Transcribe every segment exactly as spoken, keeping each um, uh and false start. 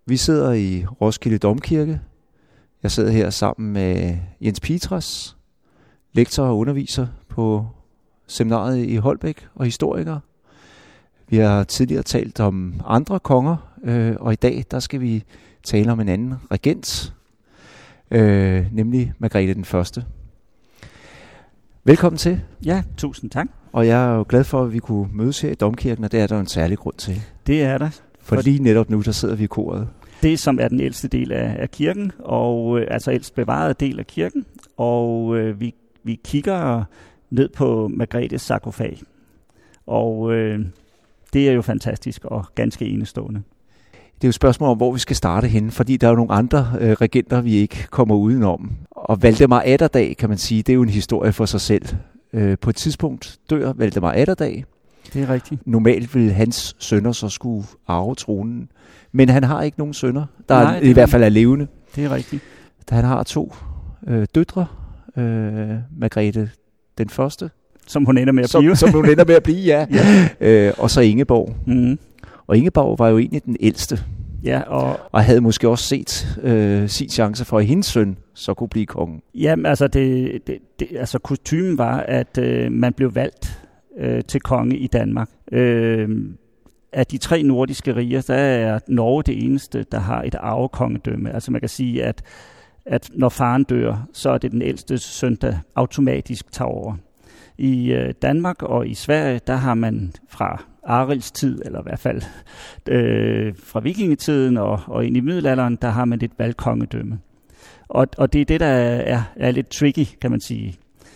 Vi sidder i Roskilde Domkirke. Jeg sidder her sammen med Jens Petras, lektor og underviser på seminariet i Holbæk og historiker. Vi har tidligere talt om andre konger, øh, og i dag der skal vi tale om en anden regent, øh, nemlig Margrethe den Første. Velkommen til. Ja, tusind tak. Og jeg er jo glad for, at vi kunne mødes her i Domkirken, og det er der en særlig grund til. Det er der. For, for lige netop nu, der sidder vi i koret. Det, som er den ældste del af, af kirken, og øh, altså ældst bevarede del af kirken, og øh, vi, vi kigger ned på Margrethes sarkofag. Og øh, det er jo fantastisk og ganske enestående. Det er jo et spørgsmål om, hvor vi skal starte henne, fordi der er jo nogle andre øh, regenter, vi ikke kommer udenom. Og Valdemar Atterdag, kan man sige, det er jo en historie for sig selv. Øh, på et tidspunkt dør Valdemar Atterdag. Det er rigtigt. Normalt ville hans sønner så skulle arve tronen, men han har ikke nogen sønner, der Nej, er, i hvert fald er levende. Det er rigtigt. Han har to øh, døtre, øh, Margrethe den Første. Som hun ender med at som, blive. Som hun ender med at blive, ja. ja. Øh, og så Ingeborg. Mm-hmm. Og Ingeborg var jo egentlig den ældste. Ja, og, og havde måske også set øh, sin chance for, at hendes søn så kunne blive kongen. Jamen, altså, det, det, det, altså kutymen var, at øh, man blev valgt øh, til konge i Danmark. Øh, af de tre nordiske riger, der er Norge det eneste, der har et arvekongedømme. Altså man kan sige, at, at når faren dør, så er det den ældste søn, der automatisk tager over. I øh, Danmark og i Sverige, der har man fra Arilds tid, eller i hvert fald øh, fra vikingetiden og, og ind i middelalderen, der har man et valgkongedømme. Og, og det er det, der er, er lidt tricky, kan man sige.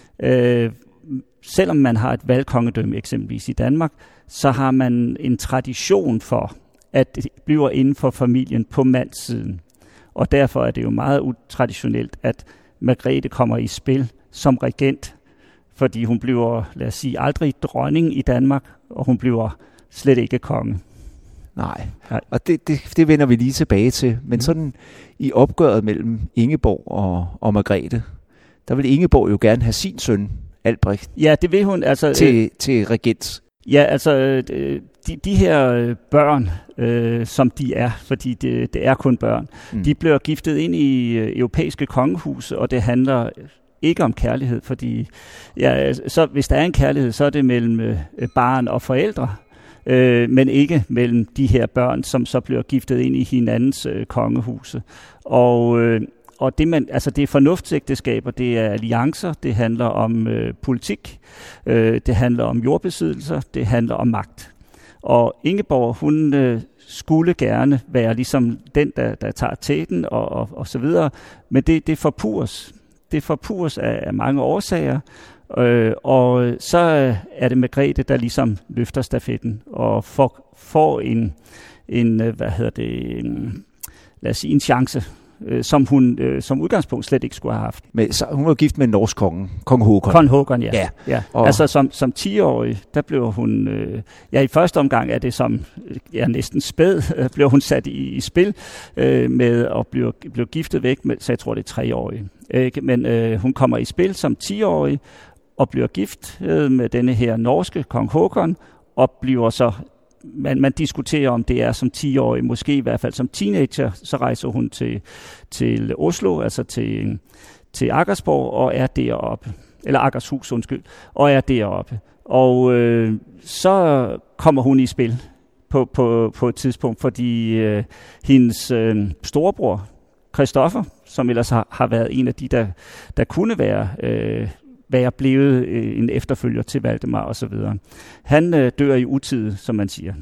Øh, selvom man har et valgkongedømme eksempelvis i Danmark, så har man en tradition for, at det bliver inden for familien på mandssiden. Og derfor er det jo meget utraditionelt, at Margrethe kommer i spil som regent, fordi hun bliver, lad os sige, aldrig dronning i Danmark, og hun bliver slet ikke konge. Nej, Nej. og det, det, det vender vi lige tilbage til. Men mm. sådan i opgøret mellem Ingeborg og, og Margrethe, der vil Ingeborg jo gerne have sin søn, Albrecht, ja, det vil hun, altså, til, øh, til regent. Ja, altså de, de her børn, øh, som de er, fordi det, det er kun børn, mm. de bliver giftet ind i europæiske kongehuse, og det handler ikke om kærlighed, fordi ja, så hvis der er en kærlighed, så er det mellem øh, barn og forældre, øh, men ikke mellem de her børn, som så bliver giftet ind i hinandens øh, kongehuse. Og, øh, og det, man, altså det er fornuftsægteskaber, det er alliancer, det handler om øh, politik, øh, det handler om jordbesiddelser, det handler om magt. Og Ingeborg, hun øh, skulle gerne være ligesom den, der, der tager tæten og, og, og så videre, men det, det forpures. Det forpures af, af mange årsager, øh, og så er det Margrethe, der ligesom løfter stafetten og får, får en, en, hvad hedder det, en, lad os sige, en chance, øh, som hun øh, som udgangspunkt slet ikke skulle have haft. Men så, hun var gift med en norsk konge, kong Håkon. Kong Håkon, ja. ja. ja. Altså som, som ti-årig, der blev hun, øh, ja i første omgang er det som, ja næsten spæd, øh, blev hun sat i, i spil øh, med at blive, blive giftet væk, med, så jeg tror det er tre-årige. Ikke? Men øh, hun kommer i spil som ti-årig og bliver gift øh, med denne her norske kong Håkon, og bliver så, man, man diskuterer om det er som ti-årig, måske i hvert fald som teenager, så rejser hun til, til Oslo, altså til, til Akersborg, og er deroppe, eller Akershus, undskyld, og er deroppe. Og øh, så kommer hun i spil på, på, på et tidspunkt, fordi øh, hendes øh, storebror, Christoffer, som ellers har, har været en af de, der, der kunne være, øh, være blevet øh, en efterfølger til Valdemar og så videre. Han øh, dør i utide, som man siger.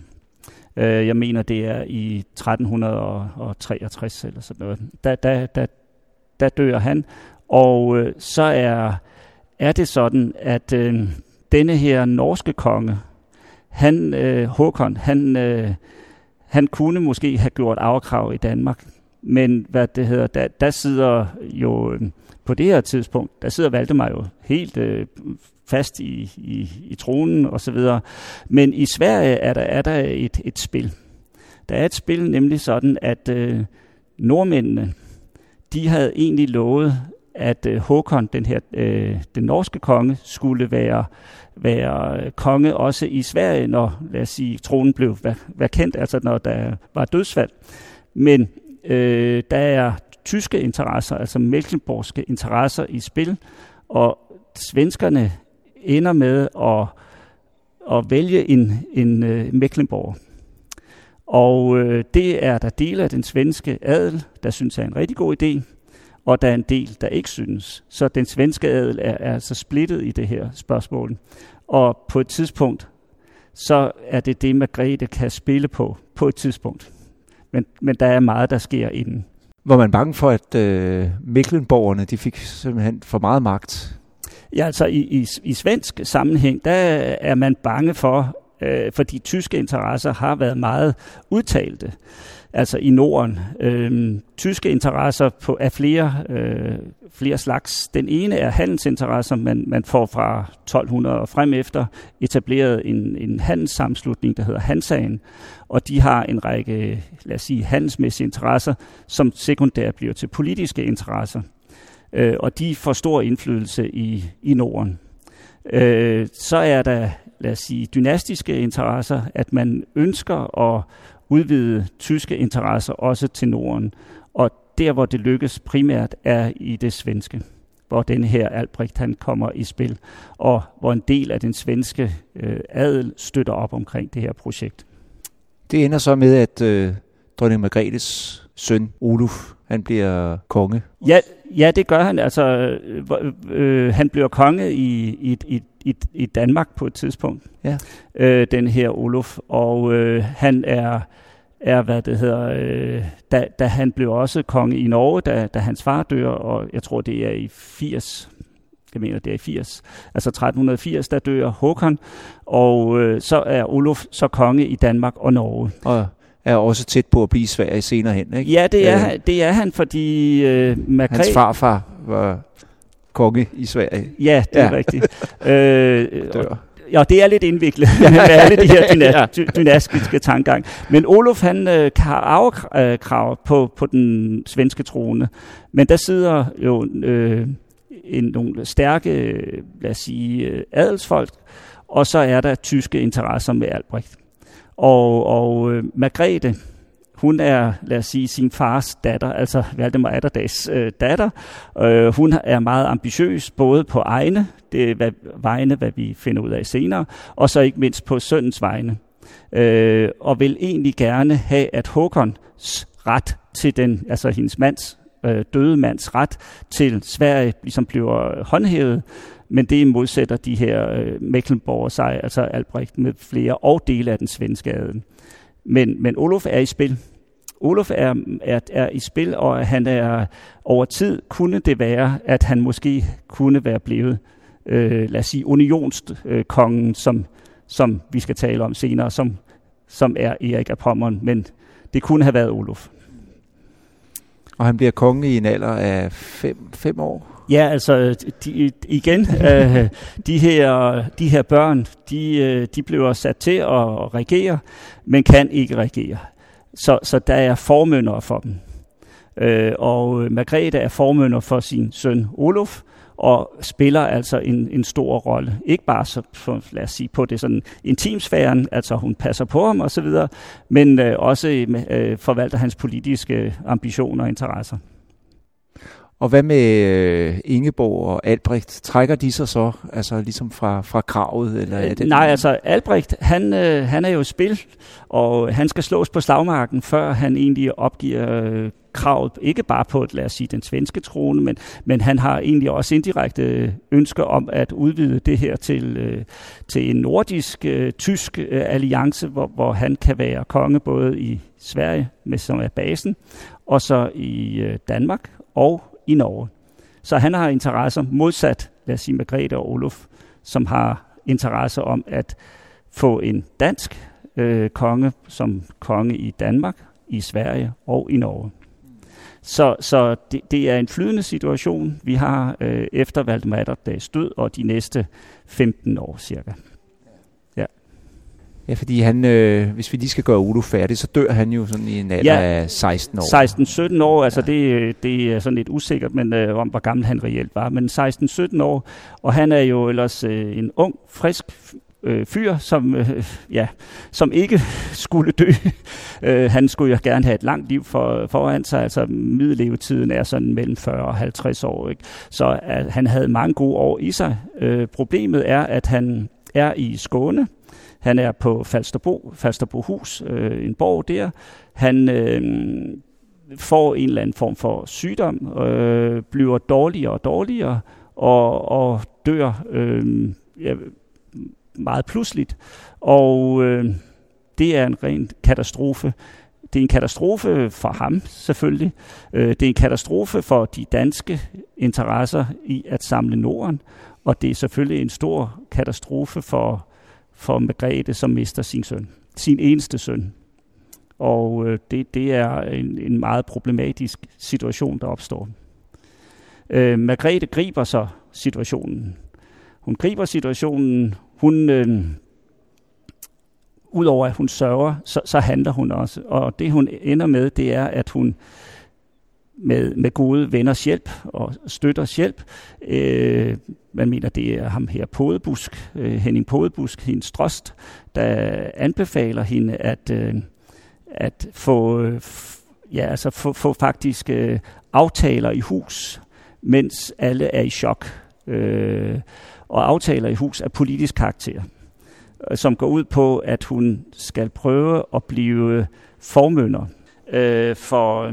Øh, jeg mener, det er i tretten treogtres eller sådan noget. Der, der, der, der dør han, og øh, så er, er det sådan, at øh, denne her norske konge, han, øh, Håkon, han, øh, han kunne måske have gjort arvekrav i Danmark. Men hvad det hedder, der, der sidder jo øh, på det her tidspunkt, der sidder Valdemar jo helt øh, fast i, i, i tronen og så videre. Men i Sverige er der, er der et, et spil. Der er et spil nemlig sådan, at øh, nordmændene, de havde egentlig lovet, at øh, Håkon, den her øh, den norske konge, skulle være være konge også i Sverige, når lad os sige tronen blev vakant, altså når der var dødsfald. Men øh, der er tyske interesser, altså mecklenburgske interesser i spil, og svenskerne ender med at, at vælge en, en uh, Mecklenburg. Og øh, det er der dele af den svenske adel, der synes er en rigtig god idé, og der er en del, der ikke synes. Så den svenske adel er, er altså splittet i det her spørgsmål. Og på et tidspunkt, så er det det, Margrethe kan spille på, på et tidspunkt. Men, men der er meget, der sker inden. Var man bange for, at øh, Mecklenborgerne, de fik simpelthen for meget magt? Ja, altså i, i, i svensk sammenhæng, der er man bange for, øh, fordi tyske interesser har været meget udtalte. Altså i Norden. Øh, tyske interesser på, er flere, øh, flere slags. Den ene er handelsinteresser, man, man får fra tolv hundrede og frem efter etableret en, en handelssammenslutning, der hedder Hansaen, og de har en række, lad os sige, handelsmæssige interesser, som sekundært bliver til politiske interesser. Øh, og de får stor indflydelse i, i Norden. Øh, så er der, lad os sige, dynastiske interesser, at man ønsker at udvide tyske interesser også til Norden. Og der, hvor det lykkes primært, er i det svenske, hvor den her Albrecht han kommer i spil, og hvor en del af den svenske øh, adel støtter op omkring det her projekt. Det ender så med, at øh, dronning Margrethes søn, Oluf, han bliver konge. Ja, ja, det gør han. Altså, øh, øh, han bliver konge i, i, i, i, i Danmark på et tidspunkt, ja. øh, den her Oluf. Og øh, han er, er, hvad det hedder, øh, da, da han blev også konge i Norge, da, da hans far dør, og jeg tror, det er i firs. Jeg mener, det er i firs. Altså tretten firs, der dør Håkon, og øh, så er Oluf så konge i Danmark og Norge. Og er også tæt på at blive Sverige senere hen, ikke? Ja, det er, øh, det er han, fordi øh, Margrethe... Hans farfar var konge i Sverige. Ja, det er ja. rigtigt. øh, Dør. Ja, det er lidt indviklet med alle de her dyna- dynastiske tankegang. Men Oluf, han øh, har arvekrav på, på den svenske trone, men der sidder jo øh, en, nogle stærke, lad os sige, adelsfolk, og så er der tyske interesser med Albrecht. Og, og øh, Margrethe, hun er, lad os sige, sin fars datter, altså Valdemar Atterdags øh, datter. Øh, hun er meget ambitiøs, både på egne det, hvad, vegne, hvad vi finder ud af senere, og så ikke mindst på sønnens vegne. Øh, og vil egentlig gerne have, at Håkons ret til den, altså hendes mands, øh, døde mands ret til Sverige, ligesom bliver håndhævet, men det modsætter de her øh, Mecklenburger sig, altså Albrecht med flere og dele af den svenske adel. Men, men Oluf er i spil. Oluf er, er, er i spil, og han er over tid, kunne det være, at han måske kunne være blevet, øh, lad os sige, unionskongen, som, som vi skal tale om senere, som, som er Erik af Pommern, men det kunne have været Oluf. Og han bliver konge i en alder af fem, fem år? Ja, altså de, igen, øh, de, her, de her børn, de, de bliver sat til at regere, men kan ikke regere. Så, så der er formyndere for dem. Øh, og Margrethe er formynder for sin søn Oluf, og spiller altså en, en stor rolle. Ikke bare så, for, lad os sige, på det sådan intimsfæren, altså hun passer på ham osv., men øh, også øh, forvalter hans politiske ambitioner og interesser. Og hvad med øh, Ingeborg og Albrecht? Trækker de sig så altså ligesom fra, fra kravet? Eller er det Nej, altså Albrecht, han, øh, han er jo i spil, og han skal slås på slagmarken, før han egentlig opgiver øh, kravet, ikke bare på, lad os sige, den svenske trone, men, men han har egentlig også indirekte ønsker om at udvide det her til, øh, til en nordisk-tysk øh, alliance, hvor, hvor han kan være konge både i Sverige, med, som er basen, og så i øh, Danmark og i Norge. Så han har interesser modsat, lad os sige, Margrethe og Oluf, som har interesser om at få en dansk øh, konge som konge i Danmark, i Sverige og i Norge. Så, så det, det er en flydende situation, vi har øh, efter Valdemar Atterdags død og de næste femten år cirka. Ja, ja fordi han, øh, hvis vi lige skal gøre Oluf færdig, så dør han jo sådan i en alder ja, af seksten år. seksten sytten år, altså ja. det, det er sådan lidt usikkert, men øh, om hvor gammel han reelt var, men seksten sytten år, og han er jo ellers øh, en ung, frisk øh, fyr, som, øh, ja, som ikke skulle dø. øh, han skulle jo gerne have et langt liv for, foran sig, altså middellevetiden er sådan mellem fyrre og halvtreds år. Ikke? Så at han havde mange gode år i sig. Øh, problemet er, at han er i Skåne. Han er på Falsterbo, Falsterbohus, øh, en borg der. Han øh, får en eller anden form for sygdom, øh, bliver dårligere og dårligere, og, og dør øh, ja, meget pludseligt. Og øh, det er en ren katastrofe. Det er en katastrofe for ham, selvfølgelig. Øh, det er en katastrofe for de danske interesser i at samle Norden, og det er selvfølgelig en stor katastrofe for for Margrethe, som mister sin søn, sin eneste søn. Og øh, det, det er en, en meget problematisk situation, der opstår. Øh, Margrethe griber så situationen. Hun griber situationen, hun, øh, udover at hun sørger, så, så handler hun også. Og det hun ender med, det er, at hun med, med gode venners hjælp og støtters hjælp. Øh, man mener, det er ham her Podebusk, øh, Henning Podebusk, hendes trost, der anbefaler hende at, øh, at få, øh, f- ja, altså få, få faktisk øh, aftaler i hus, mens alle er i chok. Øh, og aftaler i hus af politisk karakter, som går ud på, at hun skal prøve at blive formynder øh, for...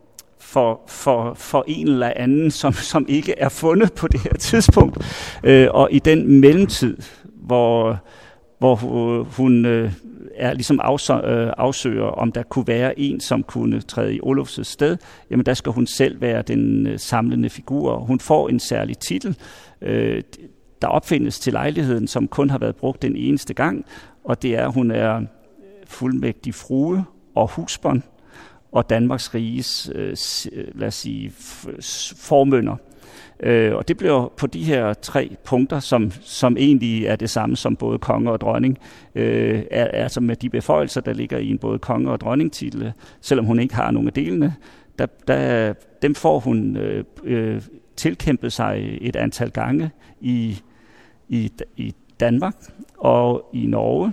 For, for, for en eller anden, som, som ikke er fundet på det her tidspunkt. Øh, og i den mellemtid, hvor, hvor hun øh, er ligesom afsø, øh, afsøger, om der kunne være en, som kunne træde i Olufs sted, jamen der skal hun selv være den øh, samlende figur. Hun får en særlig titel, øh, der opfindes til lejligheden, som kun har været brugt den eneste gang, og det er, at hun er fuldmægtig frue og husbånd, og Danmarks riges, øh, lad os sige, formynder. Øh, og det bliver på de her tre punkter, som, som egentlig er det samme som både konge og dronning, øh, er, altså med de beføjelser, der ligger i en både konge- og dronningtitel, selvom hun ikke har nogen af delene, der, der, dem får hun øh, øh, tilkæmpet sig et antal gange i, i, i Danmark og i Norge,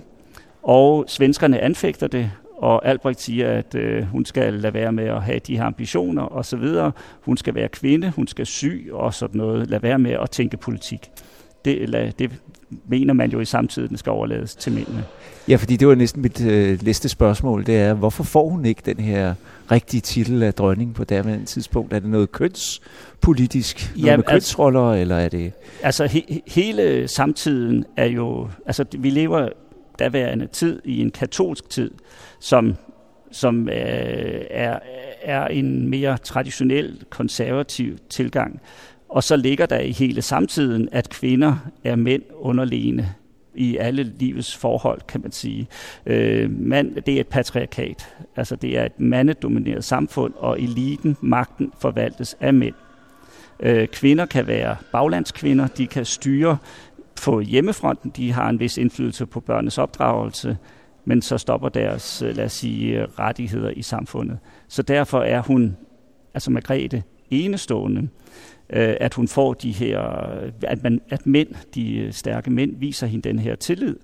og svenskerne anfægter det, og Albrecht siger, at øh, hun skal lade være med at have de her ambitioner og så videre. Hun skal være kvinde, hun skal sy og sådan noget. Lade være med at tænke politik. Det, lad, det mener man jo i samtiden skal overlades til mændene. Ja, fordi det var næsten mit øh, næste spørgsmål. Det er, hvorfor får hun ikke den her rigtige titel af dronning på derværende tidspunkt? Er det noget kønspolitisk? Noget ja, med kønsroller, altså, eller er det... Altså, he, hele samtiden er jo... Altså, vi lever daværende tid i en katolsk tid, som, som øh, er, er en mere traditionel, konservativ tilgang. Og så ligger der i hele samtiden, at kvinder er mænd underlegne i alle livets forhold, kan man sige. Øh, mand, det er et patriarkat. Altså det er et mandedomineret samfund, og eliten, magten, forvaltes af mænd. Øh, kvinder kan være baglandskvinder, de kan styre på hjemmefronten, de har en vis indflydelse på børnenes opdragelse, men så stopper deres, lad os sige, rettigheder i samfundet. Så derfor er hun, altså Margrethe, enestående, at hun får de her, at, man, at mænd, de stærke mænd, viser hende den her tillid.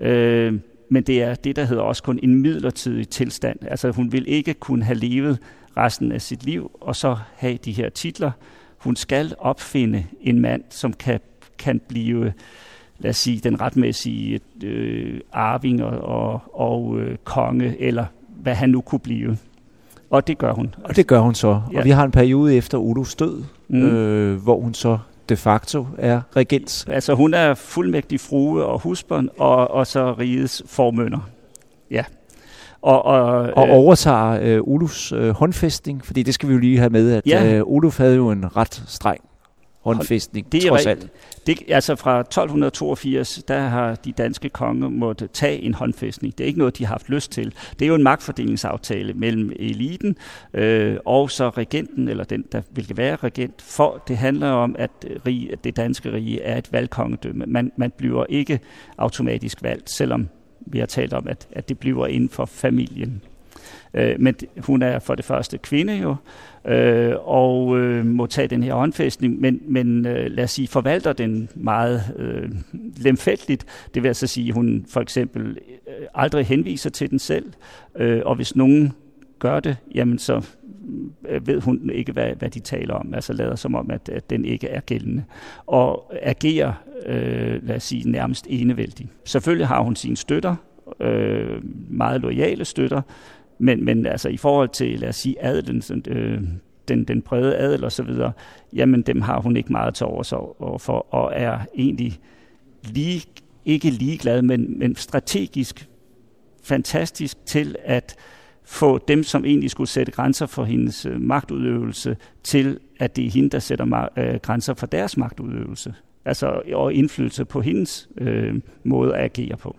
Men det er det, der hedder også kun en midlertidig tilstand. Altså hun vil ikke kunne have levet resten af sit liv, og så have de her titler. Hun skal opfinde en mand, som kan kan blive, lad os sige, den retmæssige øh, arving og, og, og øh, konge, eller hvad han nu kunne blive. Og det gør hun. Og det gør hun så. Ja. Og vi har en periode efter Olufs død, mm. øh, hvor hun så de facto er regent. Altså hun er fuldmægtig frue og husbånd, og, og så rigets formynder. Ja. Og, og, og overtager øh, Olufs øh, håndfæstning, fordi det skal vi jo lige have med, at ja. øh, Oluf havde jo en ret streng håndfæstning, det er trods alt. Det, altså fra tolv toogfirs, der har de danske konger måttet tage en håndfæstning. Det er ikke noget, de har haft lyst til. Det er jo en magtfordelingsaftale mellem eliten øh, og så regenten, eller den, der vil være regent. For det handler om, at, rige, at det danske rige er et valgkongedømme. Man, man bliver ikke automatisk valgt, selvom vi har talt om, at, at det bliver inden for familien. Øh, men hun er for det første kvinde jo, øh, og øh, må tage den her håndfæstning, men, men øh, lad os sige, forvalter den meget øh, lemfældigt. Det vil altså sige, at hun for eksempel øh, aldrig henviser til den selv, øh, og hvis nogen gør det, jamen så ved hun ikke, hvad, hvad de taler om. Altså lader som om, at, at den ikke er gældende. Og agerer, øh, lad os sige, nærmest enevældig. Selvfølgelig har hun sine støtter, øh, meget loyale støtter, men, men altså i forhold til, lad os sige, adelen, øh, den, den brede adel og så videre, jamen dem har hun ikke meget til overs for, og er egentlig lige, ikke ligeglad, men, men strategisk fantastisk til at få dem, som egentlig skulle sætte grænser for hendes øh, magtudøvelse, til at det er hende, der sætter ma- øh, grænser for deres magtudøvelse. Altså og indflydelse på hendes øh, måde at agere på.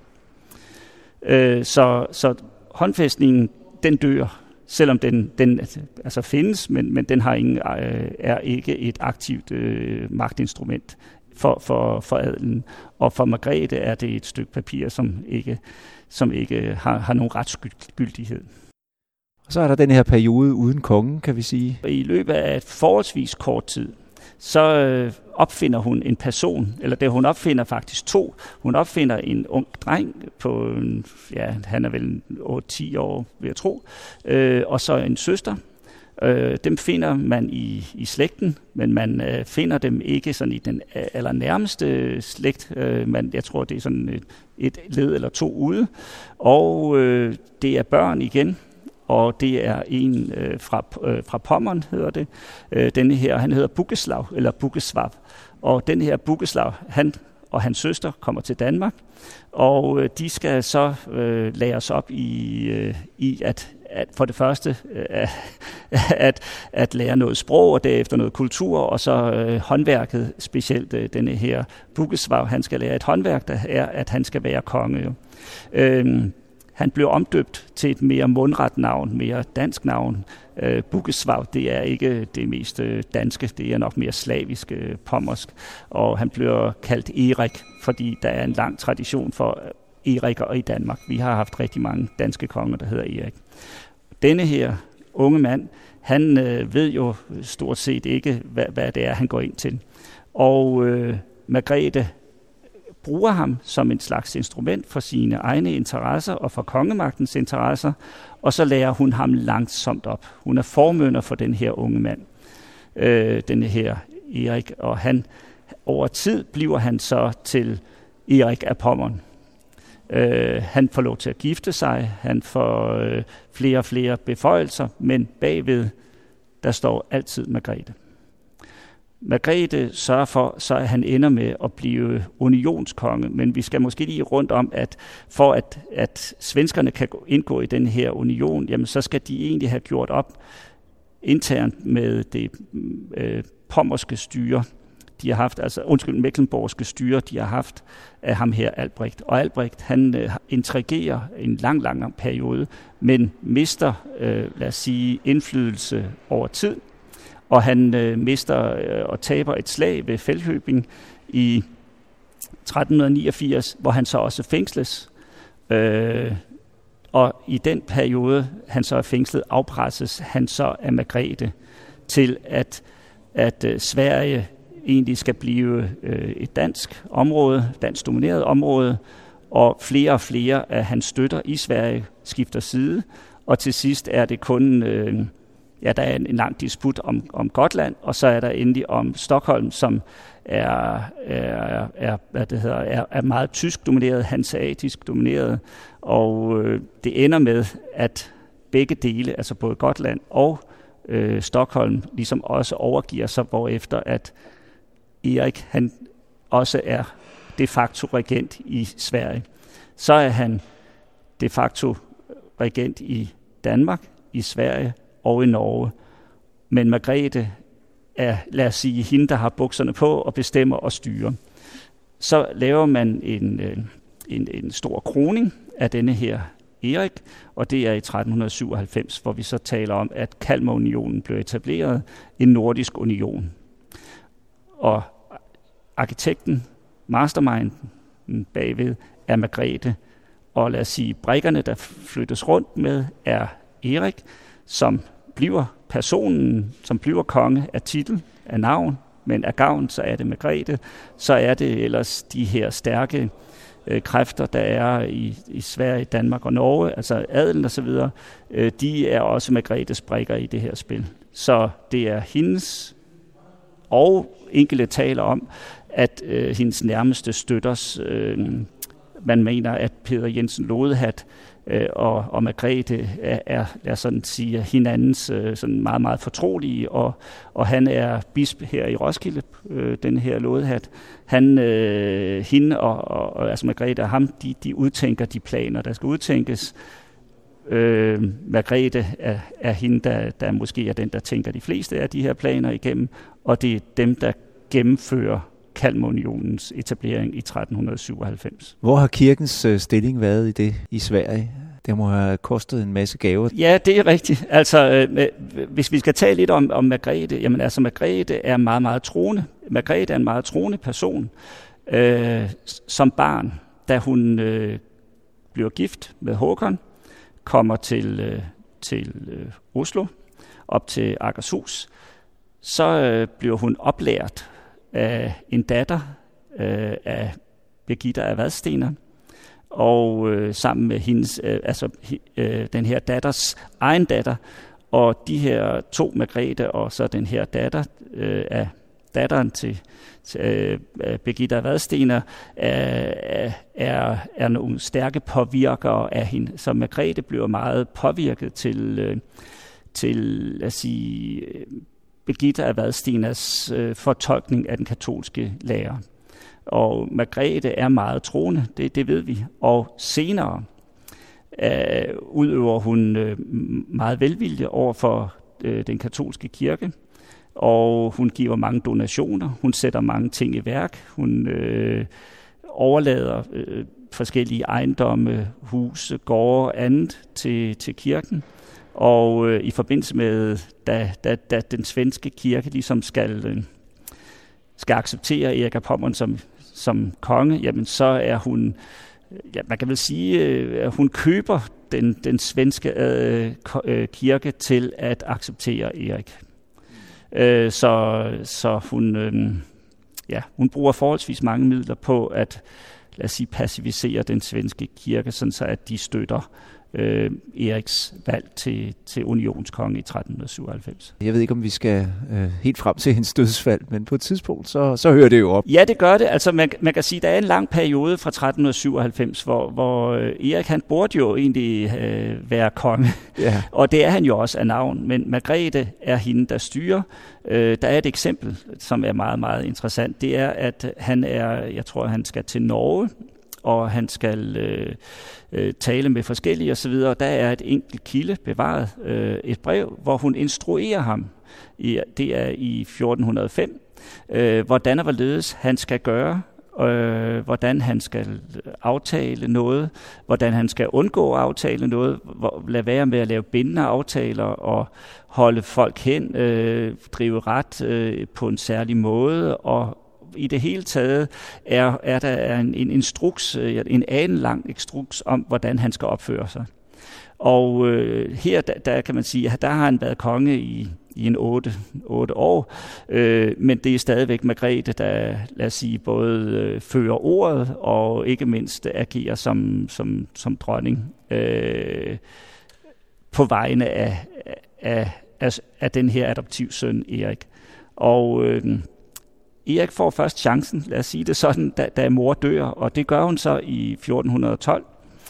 Øh, så, så håndfæstningen, den dør, selvom den, den altså findes, men, men den har ingen, øh, er ikke et aktivt øh, magtinstrument for, for, for adelen. Og for Margrethe er det et stykke papir, som ikke, som ikke har, har nogen retsgyldighed. Og så er der den her periode uden kongen, kan vi sige. I løbet af et forholdsvis kort tid, så øh, opfinder hun en person, eller det hun opfinder faktisk to. Hun opfinder en ung dreng på, ja, han er vel otte til ti år, vil jeg tro, øh, og så en søster. Øh, dem finder man i, i slægten, men man øh, finder dem ikke sådan i den allernærmeste slægt. Øh, man, jeg tror, det er sådan et, et led eller to ude. Og øh, det er børn igen. Og det er en øh, fra, øh, fra Pommern, hedder det. Øh, denne her, han hedder Bugeslav, eller Bugesvav. Og den her Bugeslav, han og hans søster kommer til Danmark, og øh, de skal så øh, læres op i, øh, i at, at for det første øh, at, at lære noget sprog, og derefter noget kultur, og så øh, håndværket, specielt øh, denne her Bugesvav, han skal lære et håndværk, der er, at han skal være konge. Jo. Øh, Han blev omdøbt til et mere mundret navn, mere dansk navn. Øh, Bugesvav, det er ikke det mest øh, danske, det er nok mere slavisk, øh, pommersk. Og han bliver kaldt Erik, fordi der er en lang tradition for Eriker i Danmark. Vi har haft rigtig mange danske konger, der hedder Erik. Denne her unge mand, han øh, ved jo stort set ikke, hvad, hvad det er, han går ind til. Og øh, Margrethe bruger ham som en slags instrument for sine egne interesser og for kongemagtens interesser, og så lærer hun ham langsomt op. Hun er formynder for den her unge mand, øh, denne her Erik, og han over tid bliver han så til Erik af Pommern. Øh, han får lov til at gifte sig, han får øh, flere og flere beføjelser, men bagved, der står altid Margrethe. Margrethe sørger for, så at han ender med at blive unionskonge, men vi skal måske lige rundt om, at for at, at svenskerne kan indgå i den her union, jamen så skal de egentlig have gjort op internt med det øh, pommerske styre, de har haft, altså undskyld, mecklenborgske styre, de har haft af ham her Albrecht. Og Albrecht, han øh, intrigerer en lang, lang periode, men mister, øh, lad os sige, indflydelse over tid, og han øh, mister øh, og taber et slag ved Feldkøbing i tretten niogfirs, hvor han så også fængsles. Øh, og i den periode, han så er fængslet, afpresses han så af Margrethe til, at, at øh, Sverige egentlig skal blive øh, et dansk område, dansk domineret område, og flere og flere af hans støtter i Sverige skifter side, og til sidst er det kun... Øh, Ja, der er en, en lang disput om, om Gotland, og så er der endelig om Stockholm, som er, er, er, hvad det hedder, er, er meget tysk domineret, hanseatisk domineret, og øh, det ender med, at begge dele, altså både Gotland og øh, Stockholm, ligesom også overgiver sig, hvorefter at Erik, han også er de facto regent i Sverige. Så er han de facto regent i Danmark, i Sverige og i Norge. Men Margrethe er, lad os sige, hende, der har bukserne på og bestemmer og styrer. Så laver man en, en, en stor kroning af denne her Erik, og det er i tretten syvoghalvfems, hvor vi så taler om, at Kalmarunionen blev etableret, en nordisk union. Og arkitekten, masterminden bagved, er Margrethe, og lad os sige, brikkerne, der flyttes rundt med, er Erik, som bliver personen, som bliver konge af titel, af navn, men af gavn, så er det Margrethe. Så er det ellers de her stærke øh, kræfter, der er i, i Sverige, Danmark og Norge, altså adelen og så videre, øh, de er også Margrethes brikker i det her spil. Så det er hendes, og enkelte taler om, at øh, hendes nærmeste støtters, øh, man mener, at Peder Jensen Lodehat øh, og, og Margrethe er, er, er sådan sige, hinandens øh, sådan meget, meget fortrolige, og, og han er bisp her i Roskilde, øh, den her Lodehat. Han, øh, hende og, og, og altså Margrethe og ham, de, de udtænker de planer, der skal udtænkes. Øh, Margrethe er, er hende, der, der måske er den, der tænker de fleste af de her planer igennem, og det er dem, der gennemfører Kalmarunionens etablering i tretten syvoghalvfems. Hvor har kirkens øh, stilling været i det i Sverige? Det må have kostet en masse gaver. Ja, det er rigtigt. Altså, øh, hvis vi skal tale lidt om, om Margrethe, jamen altså Margrethe er meget, meget troende. Margrethe er en meget troende person. Øh, som barn, da hun øh, bliver gift med Håkon, kommer til, øh, til øh, Oslo, op til Akershus, så øh, bliver hun oplært af en datter øh, af Birgitta af Vadstena, og øh, sammen med hendes, øh, altså øh, den her datters egen datter, og de her to, Margrethe og så den her datter øh, af datteren til, til øh, Birgitta af Vadstena, er, er, er nogle stærke påvirkere af hende. Så Margrethe bliver meget påvirket til, øh, til lad os sige, Birgitta af Vadstenas øh, fortolkning af den katolske lære. Og Margrethe er meget troende, det, det ved vi. Og senere øh, udøver hun øh, meget velvilje over for øh, den katolske kirke, og hun giver mange donationer, hun sætter mange ting i værk, hun øh, overlader øh, forskellige ejendomme, huse, gårde og andet til, til kirken. Og øh, i forbindelse med, da, da, da den svenske kirke ligesom skal, øh, skal acceptere Erik af Pommern som, som konge, jamen så er hun, ja, man kan vel sige, øh, at hun køber den, den svenske øh, kirke til at acceptere Erik. Øh, så så hun, øh, ja, hun bruger forholdsvis mange midler på at, lad os sige, pacificere den svenske kirke, sådan så at de støtter Øh, Eriks valg til, til unionskonge i tretten syvoghalvfems. Jeg ved ikke, om vi skal øh, helt frem til hendes dødsfald, men på et tidspunkt, så, så hører det jo op. Ja, det gør det. Altså, man, man kan sige, at der er en lang periode fra tretten syvoghalvfems, hvor, hvor Erik, han burde jo egentlig øh, være konge. Ja. Og det er han jo også af navn. Men Margrethe er hende, der styrer. Øh, der er et eksempel, som er meget, meget interessant. Det er, at han er, jeg tror, han skal til Norge, og han skal øh, øh, tale med forskellige osv. Der er et enkelt kilde bevaret, øh, et brev, hvor hun instruerer ham. I, det er i fjorten hundrede og fem, øh, hvordan og hvorledes han skal gøre, øh, hvordan han skal aftale noget, hvordan han skal undgå at aftale noget, hvor, lade være med at lave bindende aftaler og holde folk hen, øh, drive ret øh, på en særlig måde, og i det hele taget er, er der en, en instruks, en alenlang instruks om, hvordan han skal opføre sig. Og øh, her, der, der kan man sige, at der har han været konge i, i en otte, otte år, øh, men det er stadigvæk Margrethe, der, lad os sige, både øh, fører ordet og ikke mindst agerer som, som, som dronning øh, på vegne af, af, af, af den her adoptivsøn Erik. Og øh, Erik får først chancen, lad os sige det sådan, da, da mor dør, og det gør hun så i fjorten tolv.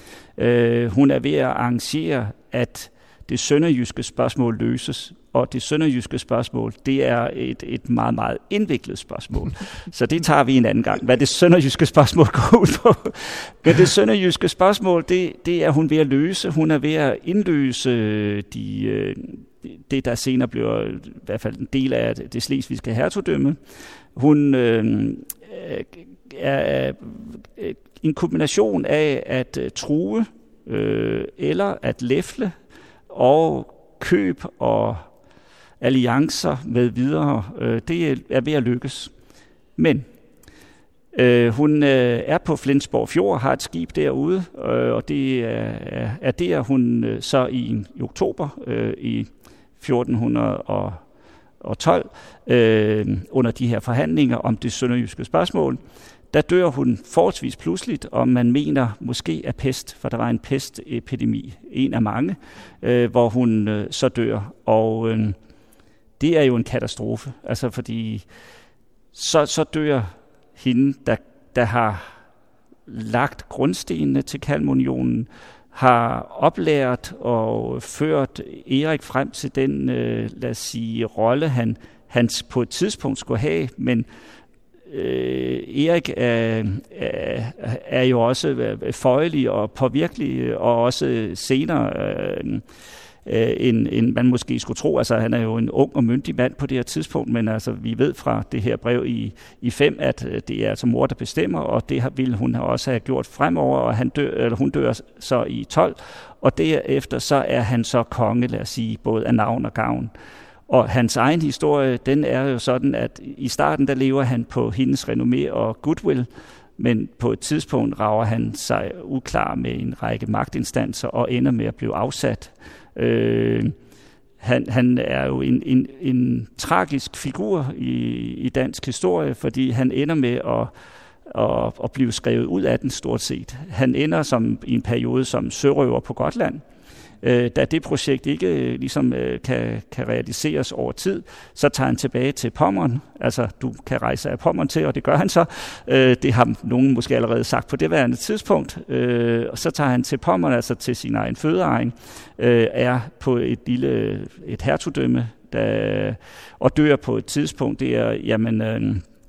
Øh, hun er ved at arrangere, at det sønderjyske spørgsmål løses, og det sønderjyske spørgsmål, det er et, et meget, meget indviklet spørgsmål. Så det tager vi en anden gang, hvad det sønderjyske spørgsmål går ud på. Men det sønderjyske spørgsmål, det, det er hun ved at løse. Hun er ved at indløse de, det, der senere bliver i hvert fald en del af det slesvigske hertugdømme. Hun øh, er en kombination af at true øh, eller at læfle og køb og alliancer med videre. Øh, det er ved at lykkes. Men Øh, hun øh, er på Flensborg Fjord, har et skib derude, øh, og det er, er der, hun øh, så i, i oktober øh, i fjorten tolv, øh, under de her forhandlinger om det sønderjyske spørgsmål, der dør hun forholdsvis pludseligt, og man mener måske af pest, for der var en pestepidemi, en af mange, øh, hvor hun øh, så dør. Og øh, det er jo en katastrofe, altså fordi så, så dør hende, der, der har lagt grundstenene til Kalmarunionen, har oplært og ført Erik frem til den, øh, lad os sige, rolle, han, han på et tidspunkt skulle have, men øh, Erik er, er, er jo også føjelig og påvirkelig, og også senere øh, end, end man måske skulle tro. Altså, han er jo en ung og myndig mand på det her tidspunkt, men altså, vi ved fra det her brev i, i fem, at det er altså mor, der bestemmer, og det ville hun også have gjort fremover, og han dør, eller hun dør så i tolv, og derefter så er han så konge, lad os sige, både af navn og gavn. Og hans egen historie, den er jo sådan, at i starten, der lever han på hendes renommé og goodwill, men på et tidspunkt rager han sig uklar med en række magtinstanser og ender med at blive afsat. Øh, han, han er jo en, en, en tragisk figur i, i dansk historie, fordi han ender med at, at, at blive skrevet ud af den stort set. Han ender som i en periode som sørøver på Gotland. Øh, da det projekt ikke ligesom øh, kan, kan realiseres over tid, så tager han tilbage til Pommern. Altså, du kan rejse af Pommern til, og det gør han så. Øh, det har nogen måske allerede sagt på det værende tidspunkt. Øh, og så tager han til Pommern, altså til sin egen fødeegn, øh, er på et lille et hertugdømme, der, og dør på et tidspunkt. Det er jamen, øh,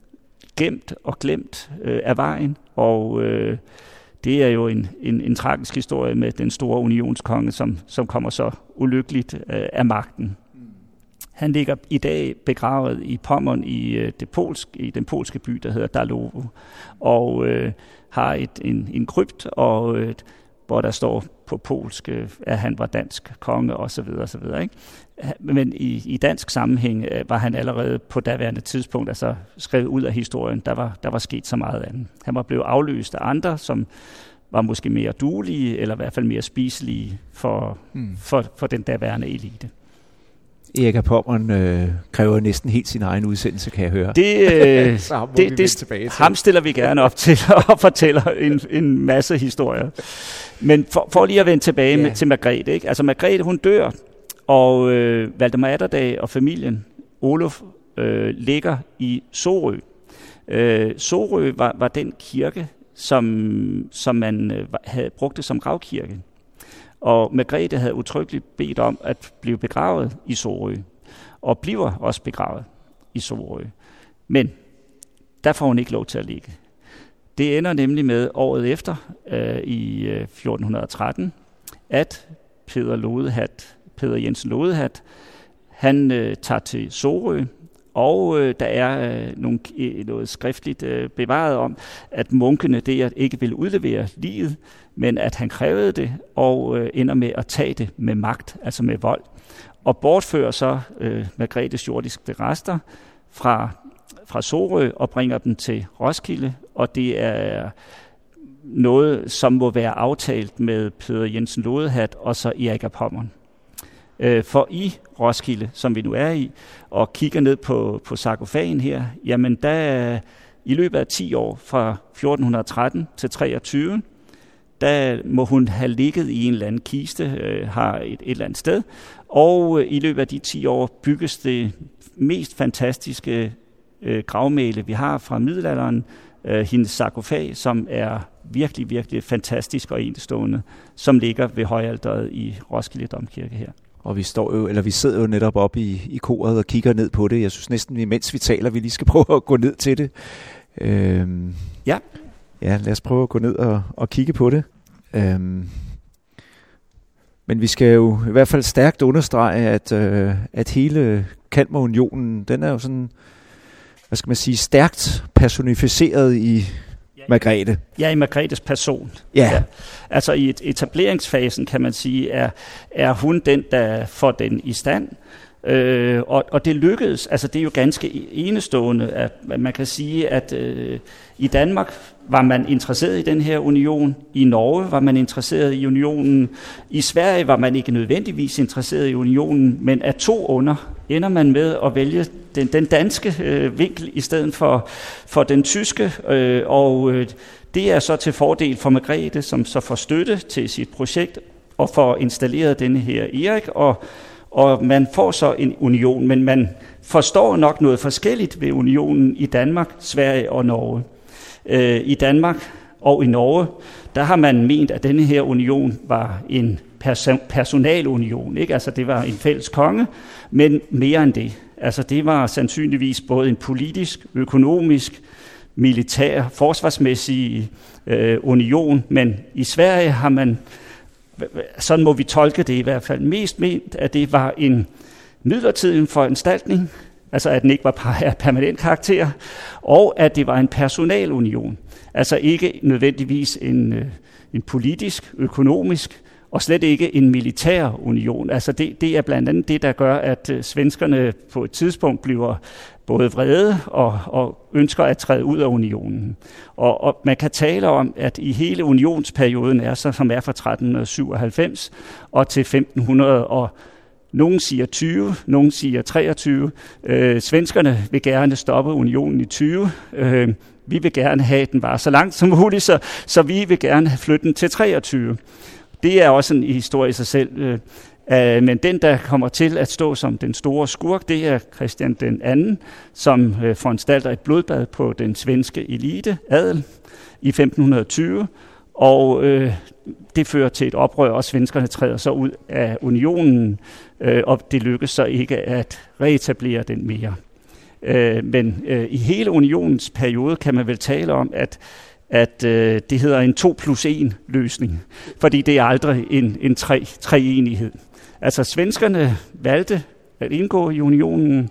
gemt og glemt øh, af vejen, og øh, det er jo en, en, en tragisk historie med den store unionskonge, som, som kommer så ulykkeligt øh, af magten. Han ligger i dag begravet i Pommern i, øh, det polsk, i den polske by, der hedder Darłowo, og øh, har et, en, en krypt, og, øh, hvor der står på polsk, øh, at han var dansk konge osv. osv. Ikke? Men i, i dansk sammenhæng øh, var han allerede på daværende tidspunkt altså skrevet ud af historien. Der var, der var sket så meget af den. Han var blevet afløst af andre, som var måske mere duelige, eller i hvert fald mere spiselige for, hmm. for, for den daværende elite. Erik af Pommern øh, kræver næsten helt sin egen udsendelse, kan jeg høre. Det, øh, det, det ham stiller vi gerne op til og fortæller en, en masse historier. Men for, for lige at vende tilbage yeah. med, til Margrethe. Ikke? Altså Margrethe, hun dør, og øh, Valdemar Atterdag og familien, Olof, øh, ligger i Sorø. Øh, Sorø var, var den kirke, som, som man øh, havde brugt det som gravkirke. Og Margrethe havde udtrykkeligt bedt om at blive begravet i Sorø, og bliver også begravet i Sorø. Men der får hun ikke lov til at ligge. Det ender nemlig med året efter, øh, i øh, fjorten tretten, at Peder Lodehat, Peder Jensen Lodehat, han øh, tager til Sorø, og øh, der er øh, nogle, øh, noget skriftligt øh, bevaret om, at munkene der ikke ville udlevere liget, men at han krævede det, og øh, ender med at tage det med magt, altså med vold, og bortfører så øh, Margrethes jordiske rester fra, fra Sorø og bringer dem til Roskilde, og det er noget, som må være aftalt med Peder Jensen Lodehat og så Erik af Pommern. For i Roskilde, som vi nu er i, og kigger ned på, på sarkofagen her, jamen der i løbet af ti år, fra fjorten tretten til treogtyve, der må hun have ligget i en eller anden kiste, øh, har et, et eller andet sted, og øh, i løbet af de ti år bygges det mest fantastiske øh, gravmæle, vi har fra middelalderen, øh, hendes sarkofag, som er virkelig, virkelig fantastisk og enestående, som ligger ved højalteret i Roskilde Domkirke her. Og vi står jo, eller vi sidder jo netop oppe i, i koret og kigger ned på det. Jeg synes næsten, imens vi taler, vi lige skal prøve at gå ned til det. Øhm, ja. Ja, lad os prøve at gå ned og, og kigge på det. Øhm, men vi skal jo i hvert fald stærkt understrege, at, øh, at hele Kalmarunionen, den er jo sådan, hvad skal man sige, stærkt personificeret i Margrethe. Ja, i Margrethes person. Ja. Ja. Altså i etableringsfasen, kan man sige, er, er hun den, der får den i stand. Øh, og, og det lykkedes, altså det er jo ganske enestående, at man kan sige, at øh, i Danmark var man interesseret i den her union, i Norge var man interesseret i unionen, i Sverige var man ikke nødvendigvis interesseret i unionen, men af to under ender man med at vælge den, den danske øh, vinkel i stedet for, for den tyske, øh, og øh, det er så til fordel for Margrethe, som så får støtte til sit projekt og får installeret denne her Erik, og Og man får så en union, men man forstår nok noget forskelligt ved unionen i Danmark, Sverige og Norge. Øh, I Danmark og i Norge, der har man ment, at denne her union var en perso- personalunion. Ikke? Altså det var en fælles konge, men mere end det. Altså det var sandsynligvis både en politisk, økonomisk, militær, forsvarsmæssig øh, union, men i Sverige har man, sådan må vi tolke det i hvert fald, mest ment, at det var en midlertidig foranstaltning, altså at den ikke var af permanent karakter, og at det var en personalunion. Altså ikke nødvendigvis en, en politisk, økonomisk, og slet ikke en militær union. Altså det, det er blandt andet det, der gør, at svenskerne på et tidspunkt bliver både vrede og, og ønsker at træde ud af unionen. Og, og man kan tale om, at i hele unionsperioden, er så, som er fra tretten syvoghalvfems og til femten hundrede, og nogen siger tyve, nogen siger treogtyve. Øh, svenskerne vil gerne stoppe unionen i tyve. Øh, vi vil gerne have, at den var så langt som muligt, så, så vi vil gerne have flyttet den til treogtyve. Det er også en historie i sig selv. Øh, men den, der kommer til at stå som den store skurk, det er Christian den anden, som øh, foranstalter et blodbad på den svenske elite, adel, i femten tyve. Og øh, det fører til et oprør, og svenskerne træder så ud af unionen, øh, og det lykkes så ikke at reetablere den mere. Øh, men øh, i hele unionens periode kan man vel tale om, at at øh, det hedder en to plus en løsning, fordi det er aldrig en, en tre, treenighed. Altså svenskerne valgte at indgå i unionen,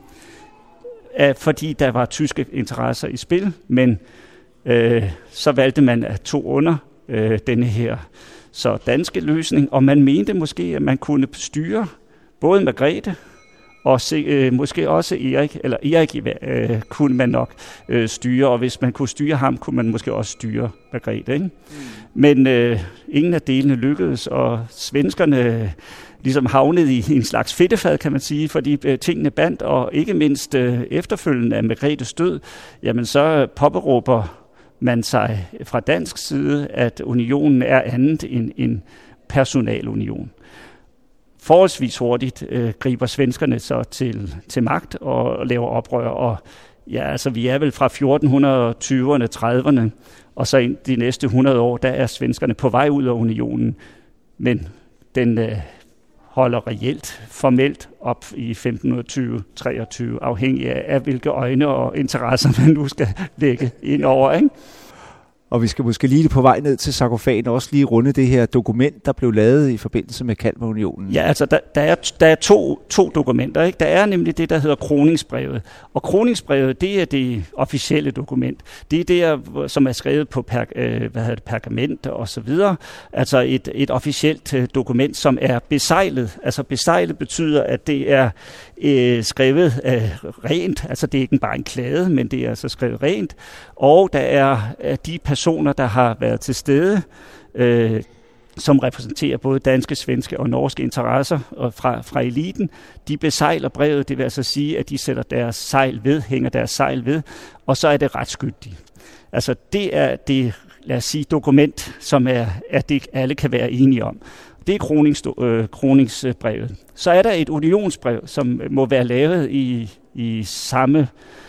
af, fordi der var tyske interesser i spil, men øh, så valgte man at to under øh, denne her så danske løsning, og man mente måske, at man kunne styre både Margrethe og se, øh, måske også Erik, eller Erik øh, kunne man nok øh, styre, og hvis man kunne styre ham, kunne man måske også styre Margrethe. Ikke? Mm. Men øh, ingen af delene lykkedes, og svenskerne øh, ligesom havnede i en slags fedtefad, kan man sige, fordi øh, tingene bandt, og ikke mindst øh, efterfølgende af Margrethes død, jamen så påberåber man sig fra dansk side, at unionen er andet end en personalunion. Forholdsvis hurtigt øh, griber svenskerne så til, til magt og laver oprør, og ja, altså vi er vel fra fjorten tyverne, trediverne, og så ind de næste hundrede år, der er svenskerne på vej ud af unionen, men den øh, holder reelt, formelt op i femten tyve treogtyve, afhængig af, af hvilke øjne og interesser man nu skal lægge ind over, ikke? Og vi skal måske lige på vej ned til sarkofagen også lige runde det her dokument, der blev lavet i forbindelse med Kalmarunionen. Ja, altså der, der er, der er to, to dokumenter, ikke? Der er nemlig det, der hedder kroningsbrevet. Og kroningsbrevet, det er det officielle dokument. Det er det, som er skrevet på per, øh, hvad hedder det, pergament og så videre. Altså et, et officielt øh, dokument, som er beseglet. Altså beseglet betyder, at det er øh, skrevet øh, rent. Altså det er ikke bare en klade, men det er altså skrevet rent. Og der er øh, de personer, der har været til stede, øh, som repræsenterer både danske, svenske og norske interesser og fra, fra eliten, de besejler brevet, det vil altså sige, at de sætter deres sejl ved, hænger deres sejl ved, og så er det retsgyldigt. Altså det er det, lad os sige, dokument, som er, at det alle kan være enige om. Det er kronings, øh, kroningsbrevet. Så er der et unionsbrev, som må være lavet i, i samme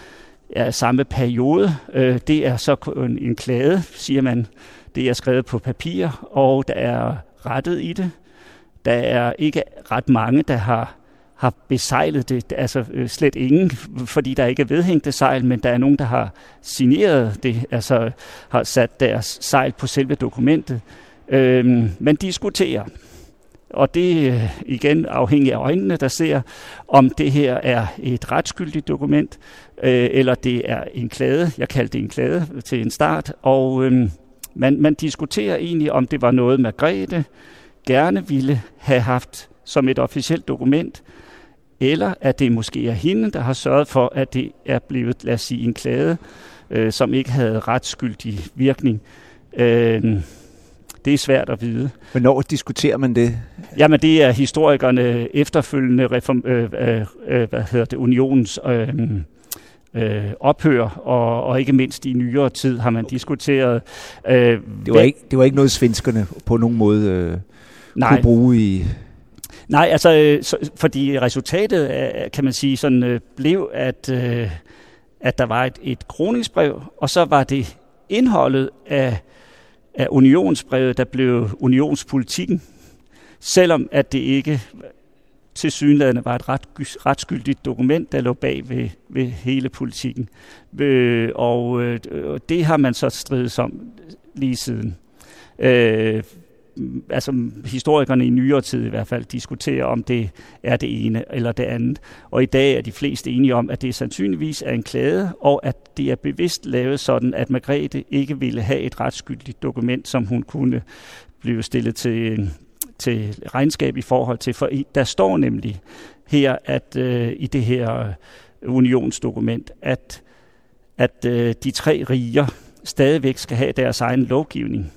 Ja, samme periode. Øh, det er så en, en klade, siger man. Det er skrevet på papir, og der er rettet i det. Der er ikke ret mange, der har, har besejlet det. Altså øh, slet ingen, fordi der ikke er vedhængte sejl, men der er nogen, der har signeret det, altså har sat deres sejl på selve dokumentet. Øh, man diskuterer. Og det er igen afhængig af øjnene, der ser, om det her er et retsgyldigt dokument, øh, eller det er en klade. Jeg kaldte det en klade til en start. Og øh, man, man diskuterer egentlig, om det var noget, Margrethe gerne ville have haft som et officielt dokument, eller at det måske er hende, der har sørget for, at det er blevet, lad os sige, en klage, øh, som ikke havde retsskyldig virkning. Øh, det er svært at vide. Hvornår diskuterer man det? Jamen, det er historikerne efterfølgende reform, øh, øh, hvad hedder det, unionens øh, øh, ophør, og, og ikke mindst i nyere tid har man diskuteret. Øh, det, var ikke, det var ikke noget, svenskerne på nogen måde øh, kunne bruge i... Nej, altså, så, fordi resultatet, kan man sige, sådan, blev, at, at der var et, et kroningsbrev, og så var det indholdet af, af unionsbrevet, der blev unionspolitikken, selvom at det ikke tilsyneladende var et ret, retsgyldigt dokument, der lå bag ved, ved hele politikken. Og, og det har man så strides om lige siden. Øh, altså historikerne i nyere tid i hvert fald diskuterer, om det er det ene eller det andet. Og i dag er de fleste enige om, at det sandsynligvis er en klage, og at det er bevidst lavet sådan, at Margrethe ikke ville have et retsgyldigt dokument, som hun kunne blive stillet til, til regnskab i forhold til. For der står nemlig her, at øh, i det her unionsdokument, at, at øh, de tre riger stadigvæk skal have deres egen lovgivning,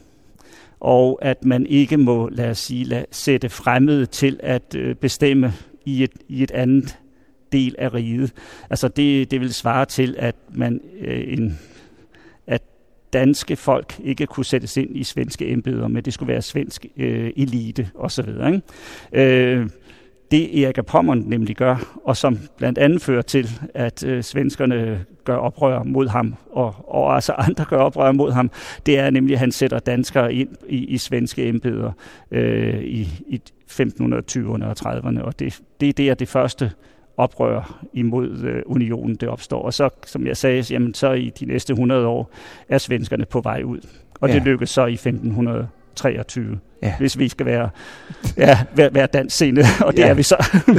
og at man ikke må, lad os sige, lad, sætte fremmede til at øh, bestemme i et, i et andet del af riget. Altså det, det vil svare til, at man øh, en, at danske folk ikke kunne sættes ind i svenske embeder, men det skulle være svensk øh, elite osv. Øh, det Erik af Pommern nemlig gør, og som blandt andet fører til, at øh, svenskerne gør oprør mod ham, og, og altså andre gør oprør mod ham, det er nemlig, at han sætter danskere ind i, i svenske embeder øh, i, i femten tyverne og trediverne, og det, det er der det første oprør imod øh, unionen, det opstår. Og så, som jeg sagde, jamen, så i de næste hundrede år er svenskerne på vej ud. Og ja. Det lykkes så i femten treogtyve, ja. Hvis vi skal være, ja, være, være dansksindede, og det ja. Er vi så.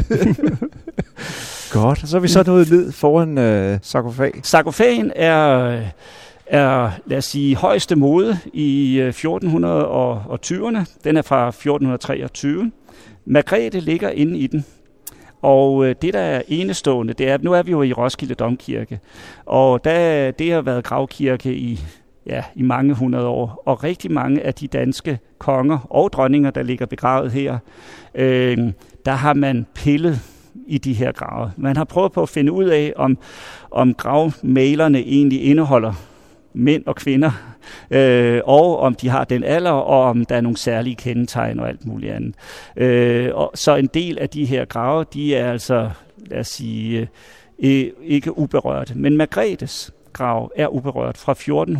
Godt, og så er vi så nået ned foran øh, sarkofag. Sarkofagen er, er, lad os sige, højeste mode i fjorten tyverne. Den er fra fjorten treogtyve. Margrethe ligger inde i den. Og det, der er enestående, det er, at nu er vi jo i Roskilde Domkirke, og der, det har været gravkirke i, ja, i mange hundrede år, og rigtig mange af de danske konger og dronninger, der ligger begravet her, øh, der har man pillet i de her grave. Man har prøvet på at finde ud af, om, om gravmalerne egentlig indeholder mænd og kvinder, øh, og om de har den alder, og om der er nogle særlige kendetegn og alt muligt andet. Øh, og så en del af de her grave, de er altså, lad os sige, øh, ikke uberørte. Men Margrethes grav er uberørt fra fjorten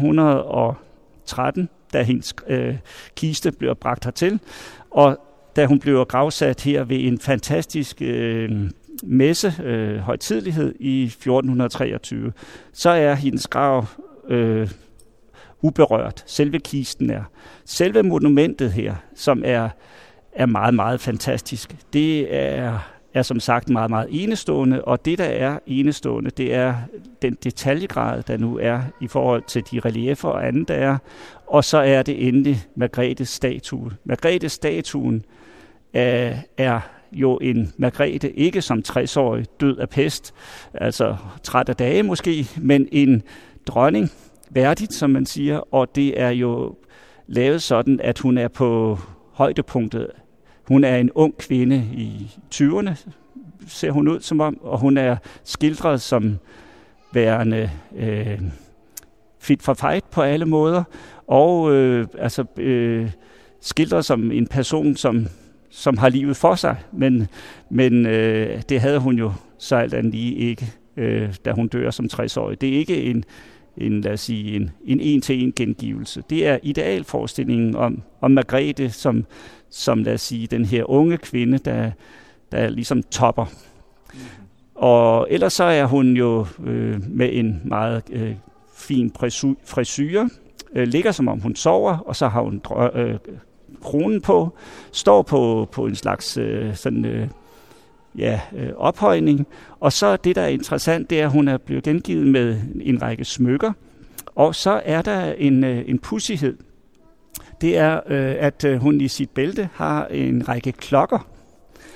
tretten, da hendes øh, kiste bliver bragt hertil, og da hun bliver gravsat her ved en fantastisk øh, messe, øh, højtidelighed i fjorten treogtyve, så er hendes grav øh, uberørt. Selve kisten er. Selve monumentet her, som er, er meget, meget fantastisk, det er, er som sagt meget, meget enestående, og det, der er enestående, det er den detaljegrad, der nu er i forhold til de relieffer og andet, der er, og så er det endelig Margrethes statue. Margrethes statuen er, er jo en Margrethe, ikke som tres-årig død af pest, altså træt af dage måske, men en dronning, værdigt, som man siger, og det er jo lavet sådan, at hun er på højdepunktet. Hun er en ung kvinde i tyverne, ser hun ud som om, og hun er skildret som værende øh, fit for fight på alle måder, og øh, altså øh, skildret som en person, som, som har livet for sig, men, men øh, det havde hun jo så alt andet lige ikke, øh, da hun dør som tres-årig. Det er ikke en en, lad os sige, en, en en-til-en gengivelse. Det er idealforestillingen om, om Margrethe som, som, lad os sige, den her unge kvinde, der, der ligesom topper. Mm. Og ellers så er hun jo øh, med en meget øh, fin frisyre, øh, ligger som om hun sover, og så har hun drø- øh, kronen på, står på, på en slags øh, sådan... Øh, Ja, øh, ophøjning. Og så det, der er interessant, det er, at hun er blevet gengivet med en række smykker. Og så er der en, øh, en pudsighed. Det er, øh, at øh, hun i sit bælte har en række klokker.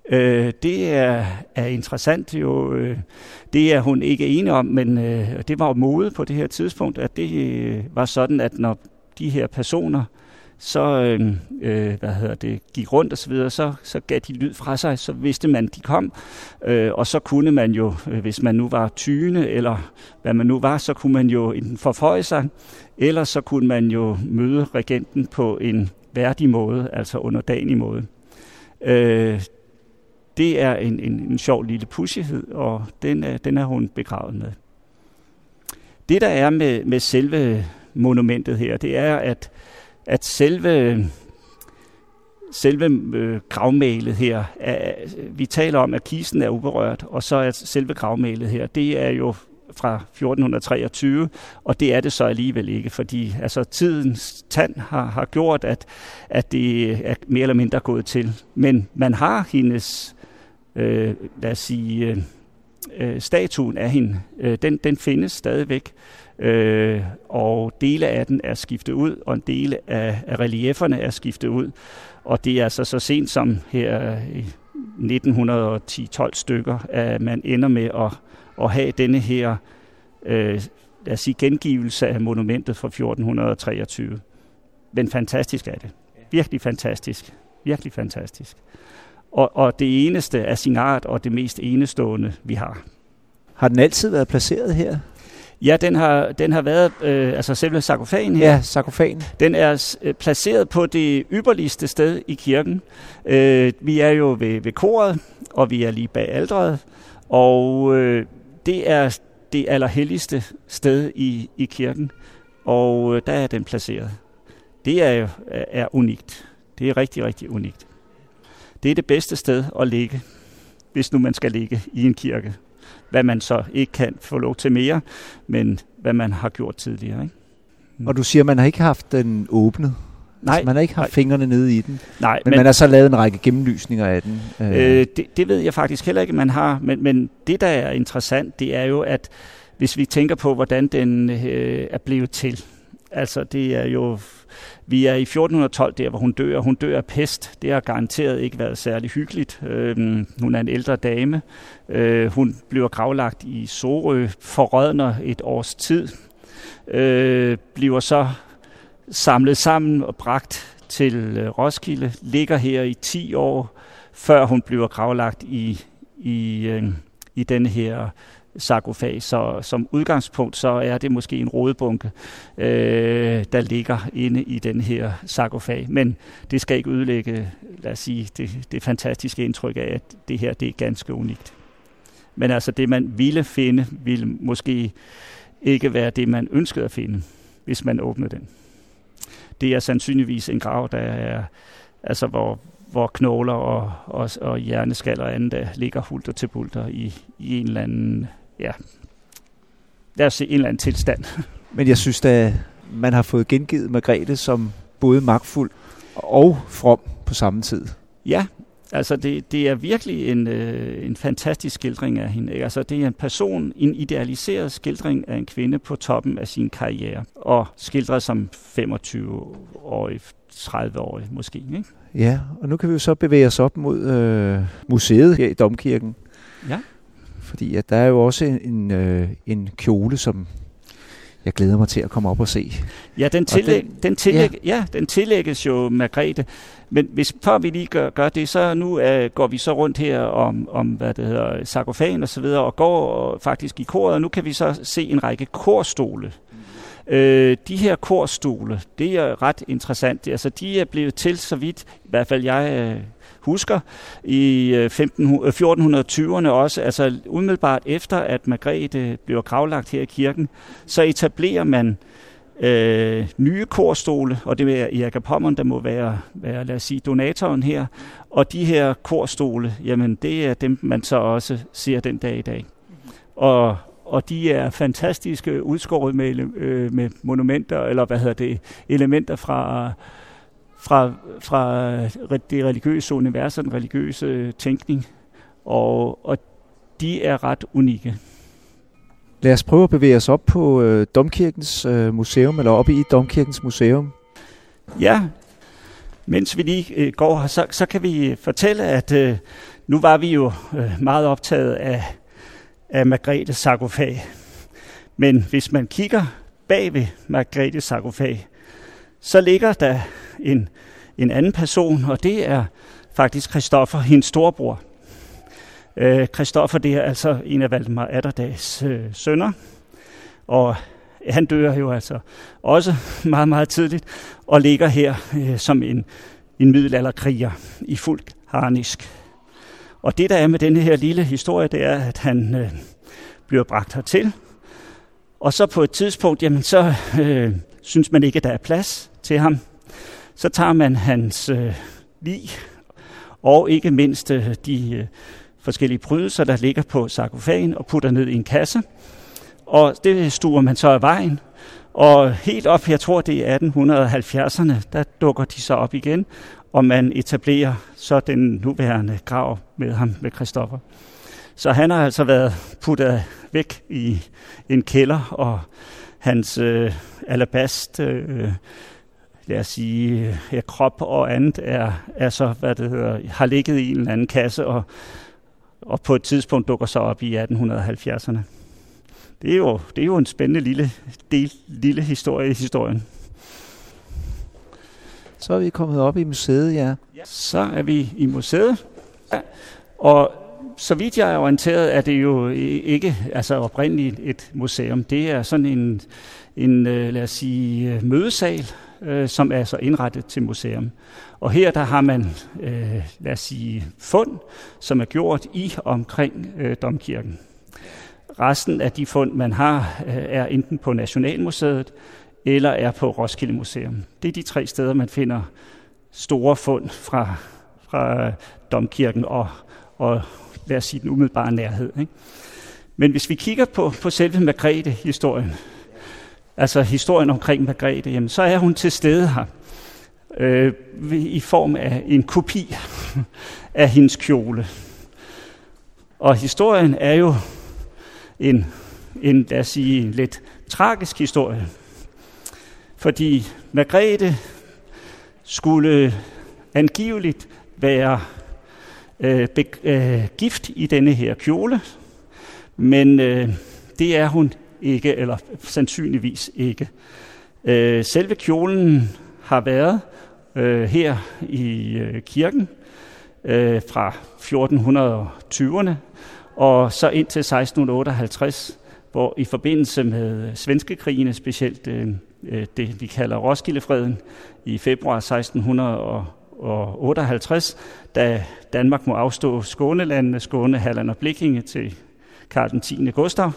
Øh, det er, er interessant jo. Øh, det er hun ikke enig om, men øh, det var jo mode på det her tidspunkt, at det øh, var sådan, at når de her personer så øh, hvad hedder det, gik rundt og så videre, så, så gav de lyd fra sig, så vidste man, de kom, øh, og så kunne man jo, øh, hvis man nu var tyvende, eller hvad man nu var, så kunne man jo enten forføje sig, eller så kunne man jo møde regenten på en værdig måde, altså underdanig måde. Øh, det er en, en, en sjov lille pushighed, og den er, den er hun begravet med. Det der er med, med selve monumentet her, det er, at at selve, selve øh, gravmælet her, er, vi taler om, at kisten er uberørt, og så er selve gravmælet her, det er jo fra fjorten treogtyve, og det er det så alligevel ikke, fordi altså, tidens tand har, har gjort, at, at det er mere eller mindre gået til. Men man har hendes, øh, lad os sige, øh, statuen af hende, øh, den, den findes stadigvæk. Øh, og dele af den er skiftet ud, og en del af, af reliefferne er skiftet ud. Og det er altså så sent som her i nitten ti tolv stykker, at man ender med at, at have denne her øh, lad os sige, gengivelse af monumentet fra fjorten treogtyve. Men fantastisk er det. Virkelig fantastisk. Virkelig fantastisk. Og, og det eneste af sin art, og det mest enestående, vi har. Har den altid været placeret her? Ja, den har, den har været, øh, altså selve sarkofagen her. Ja, sarkofagen. Den er øh, placeret på det ypperligste sted i kirken. Øh, vi er jo ved, ved koret, og vi er lige bag alteret, og øh, det er det allerhelligste sted i, i kirken, og øh, der er den placeret. Det er jo er, er unikt. Det er rigtig, rigtig unikt. Det er det bedste sted at ligge, hvis nu man skal ligge i en kirke. Hvad man så ikke kan få lov til mere, men hvad man har gjort tidligere. Ikke? Mm. Og du siger, at man har ikke haft den åbnet? Nej. Altså, man har ikke haft nej. fingrene nede i den? Nej. Men, men man har så lavet en række gennemlysninger af den? Øh, det, det ved jeg faktisk heller ikke, man har. Men, men det, der er interessant, det er jo, at hvis vi tænker på, hvordan den øh, er blevet til. Altså, det er jo... Vi er i fjorten tolv, der hvor hun dør. Hun dør af pest. Det har garanteret ikke været særlig hyggeligt. Øhm, hun er en ældre dame. Øh, hun bliver gravlagt i Sorø, forrådner et års tid. Øh, bliver så samlet sammen og bragt til øh, Roskilde. Ligger her i ti år, før hun bliver gravlagt i, i, øh, i denne her sarkofag. Så som udgangspunkt, så er det måske en rodebunke, øh, der ligger inde i den her sarkofag. Men det skal ikke ødelægge, lad os sige, det, det fantastiske indtryk af, at det her, det er ganske unikt. Men altså, det man ville finde, ville måske ikke være det, man ønskede at finde, hvis man åbnede den. Det er sandsynligvis en grav, der er, altså hvor, hvor knogler og, og, og hjerneskaller og andet, der ligger hulter til bulter i, i en eller anden, ja, lad os se, en eller anden tilstand. Men jeg synes da, man har fået gengivet Margrethe som både magtfuld og from på samme tid. Ja, altså det, det er virkelig en, øh, en fantastisk skildring af hende. Ikke? Altså det er en person, en idealiseret skildring af en kvinde på toppen af sin karriere, og skildret som femogtyve-årig, tredive-årig måske, ikke? Ja, og nu kan vi jo så bevæge os op mod øh, museet her i Domkirken. Ja. Fordi at der er jo også en, øh, en kjole, som jeg glæder mig til at komme op og se. Ja, den, tillæg, den, den, tillæg, ja. Ja, den tillægges jo Margrethe. Men hvis før vi lige gør, gør det, så nu uh, går vi så rundt her om, om hvad det hedder, sarkofagen og så videre, og går faktisk i koret, og nu kan vi så se en række korstole. Øh, de her korstole, det er ret interessant. Altså, de er blevet til, så vidt, i hvert fald jeg øh, husker, i fjorten tyverne også, altså umiddelbart efter, at Margrethe bliver gravlagt her i kirken, så etablerer man øh, nye korstole, og det er Erik af Pommern, der må være, være, lad os sige, donatoren her, og de her korstole, jamen det er dem, man så også ser den dag i dag. Og Og de er fantastiske, udskåret med, øh, med monumenter, eller hvad hedder det, elementer fra, fra, fra det religiøse univers og den religiøse tænkning. Og, og de er ret unikke. Lad os prøve at bevæge os op på øh, Domkirkens øh, museum, eller oppe i Domkirkens museum. Ja, mens vi lige øh, går her, så, så kan vi fortælle, at øh, Nu var vi jo øh, meget optaget af, af Margrethes sarkofag. Men hvis man kigger bag ved Margrethes sarkofag, så ligger der en, en anden person, og det er faktisk Christoffer, hendes storebror. Øh, Christoffer, det er altså en af Valdemar Atterdags øh, sønner, og han dør jo altså også meget, meget tidligt, og ligger her øh, som en, en middelalderkriger i fuld harnisk. Og det, der er med denne her lille historie, det er, at han øh, bliver bragt hertil, og så på et tidspunkt, jamen så øh, synes man ikke, at der er plads til ham. Så tager man hans øh, lig, og ikke mindst øh, de øh, forskellige prydelser, der ligger på sarkofagen, og putter ned i en kasse. Og det stuer man så af vejen. Og helt op, jeg tror det er atten halvfjerdserne, der dukker de så op igen, og man etablerer så den nuværende grav med ham, med Christoffer. Så han har altså været puttet væk i en kælder, og hans øh, alabast, øh, lad os sige, ja, krop og andet er, er så, hvad det hedder, har ligget i en eller anden kasse, og, og på et tidspunkt dukker så op i atten halvfjerdserne. Det er jo, det er jo en spændende lille, del, lille historie i historien. Så er vi kommet op i museet, ja. Så er vi i museet, og så vidt jeg er orienteret, er det jo ikke altså oprindeligt et museum. Det er sådan en, en lad os sige, mødesal, øh, som er så indrettet til museum. Og her der har man, øh, lad os sige, fund, som er gjort i omkring øh, domkirken. Resten af de fund, man har, øh, er enten på Nationalmuseet eller er på Roskilde Museum. Det er de tre steder, man finder store fund fra, fra domkirken og, og lad os sige, den umiddelbare nærhed. Ikke? Men hvis vi kigger på, på selve Margrethe-historien, altså historien omkring Margrethe, jamen, så er hun til stede her øh, i form af en kopi af hendes kjole. Og historien er jo en, en lad os sige, lidt tragisk historie, fordi Margrethe skulle angiveligt være øh, be, øh, gift i denne her kjole, men øh, det er hun ikke, eller sandsynligvis ikke. Øh, selve kjolen har været øh, her i øh, kirken øh, fra fjorten tyverne og så indtil seksten otteoghalvtreds, hvor i forbindelse med svenskekrigene, specielt øh, det vi kalder Roskildefreden i februar seksten otteoghalvtreds, da Danmark må afstå Skånelandene, Skåne, Halland og Blekinge til Karl den tiende Gustav,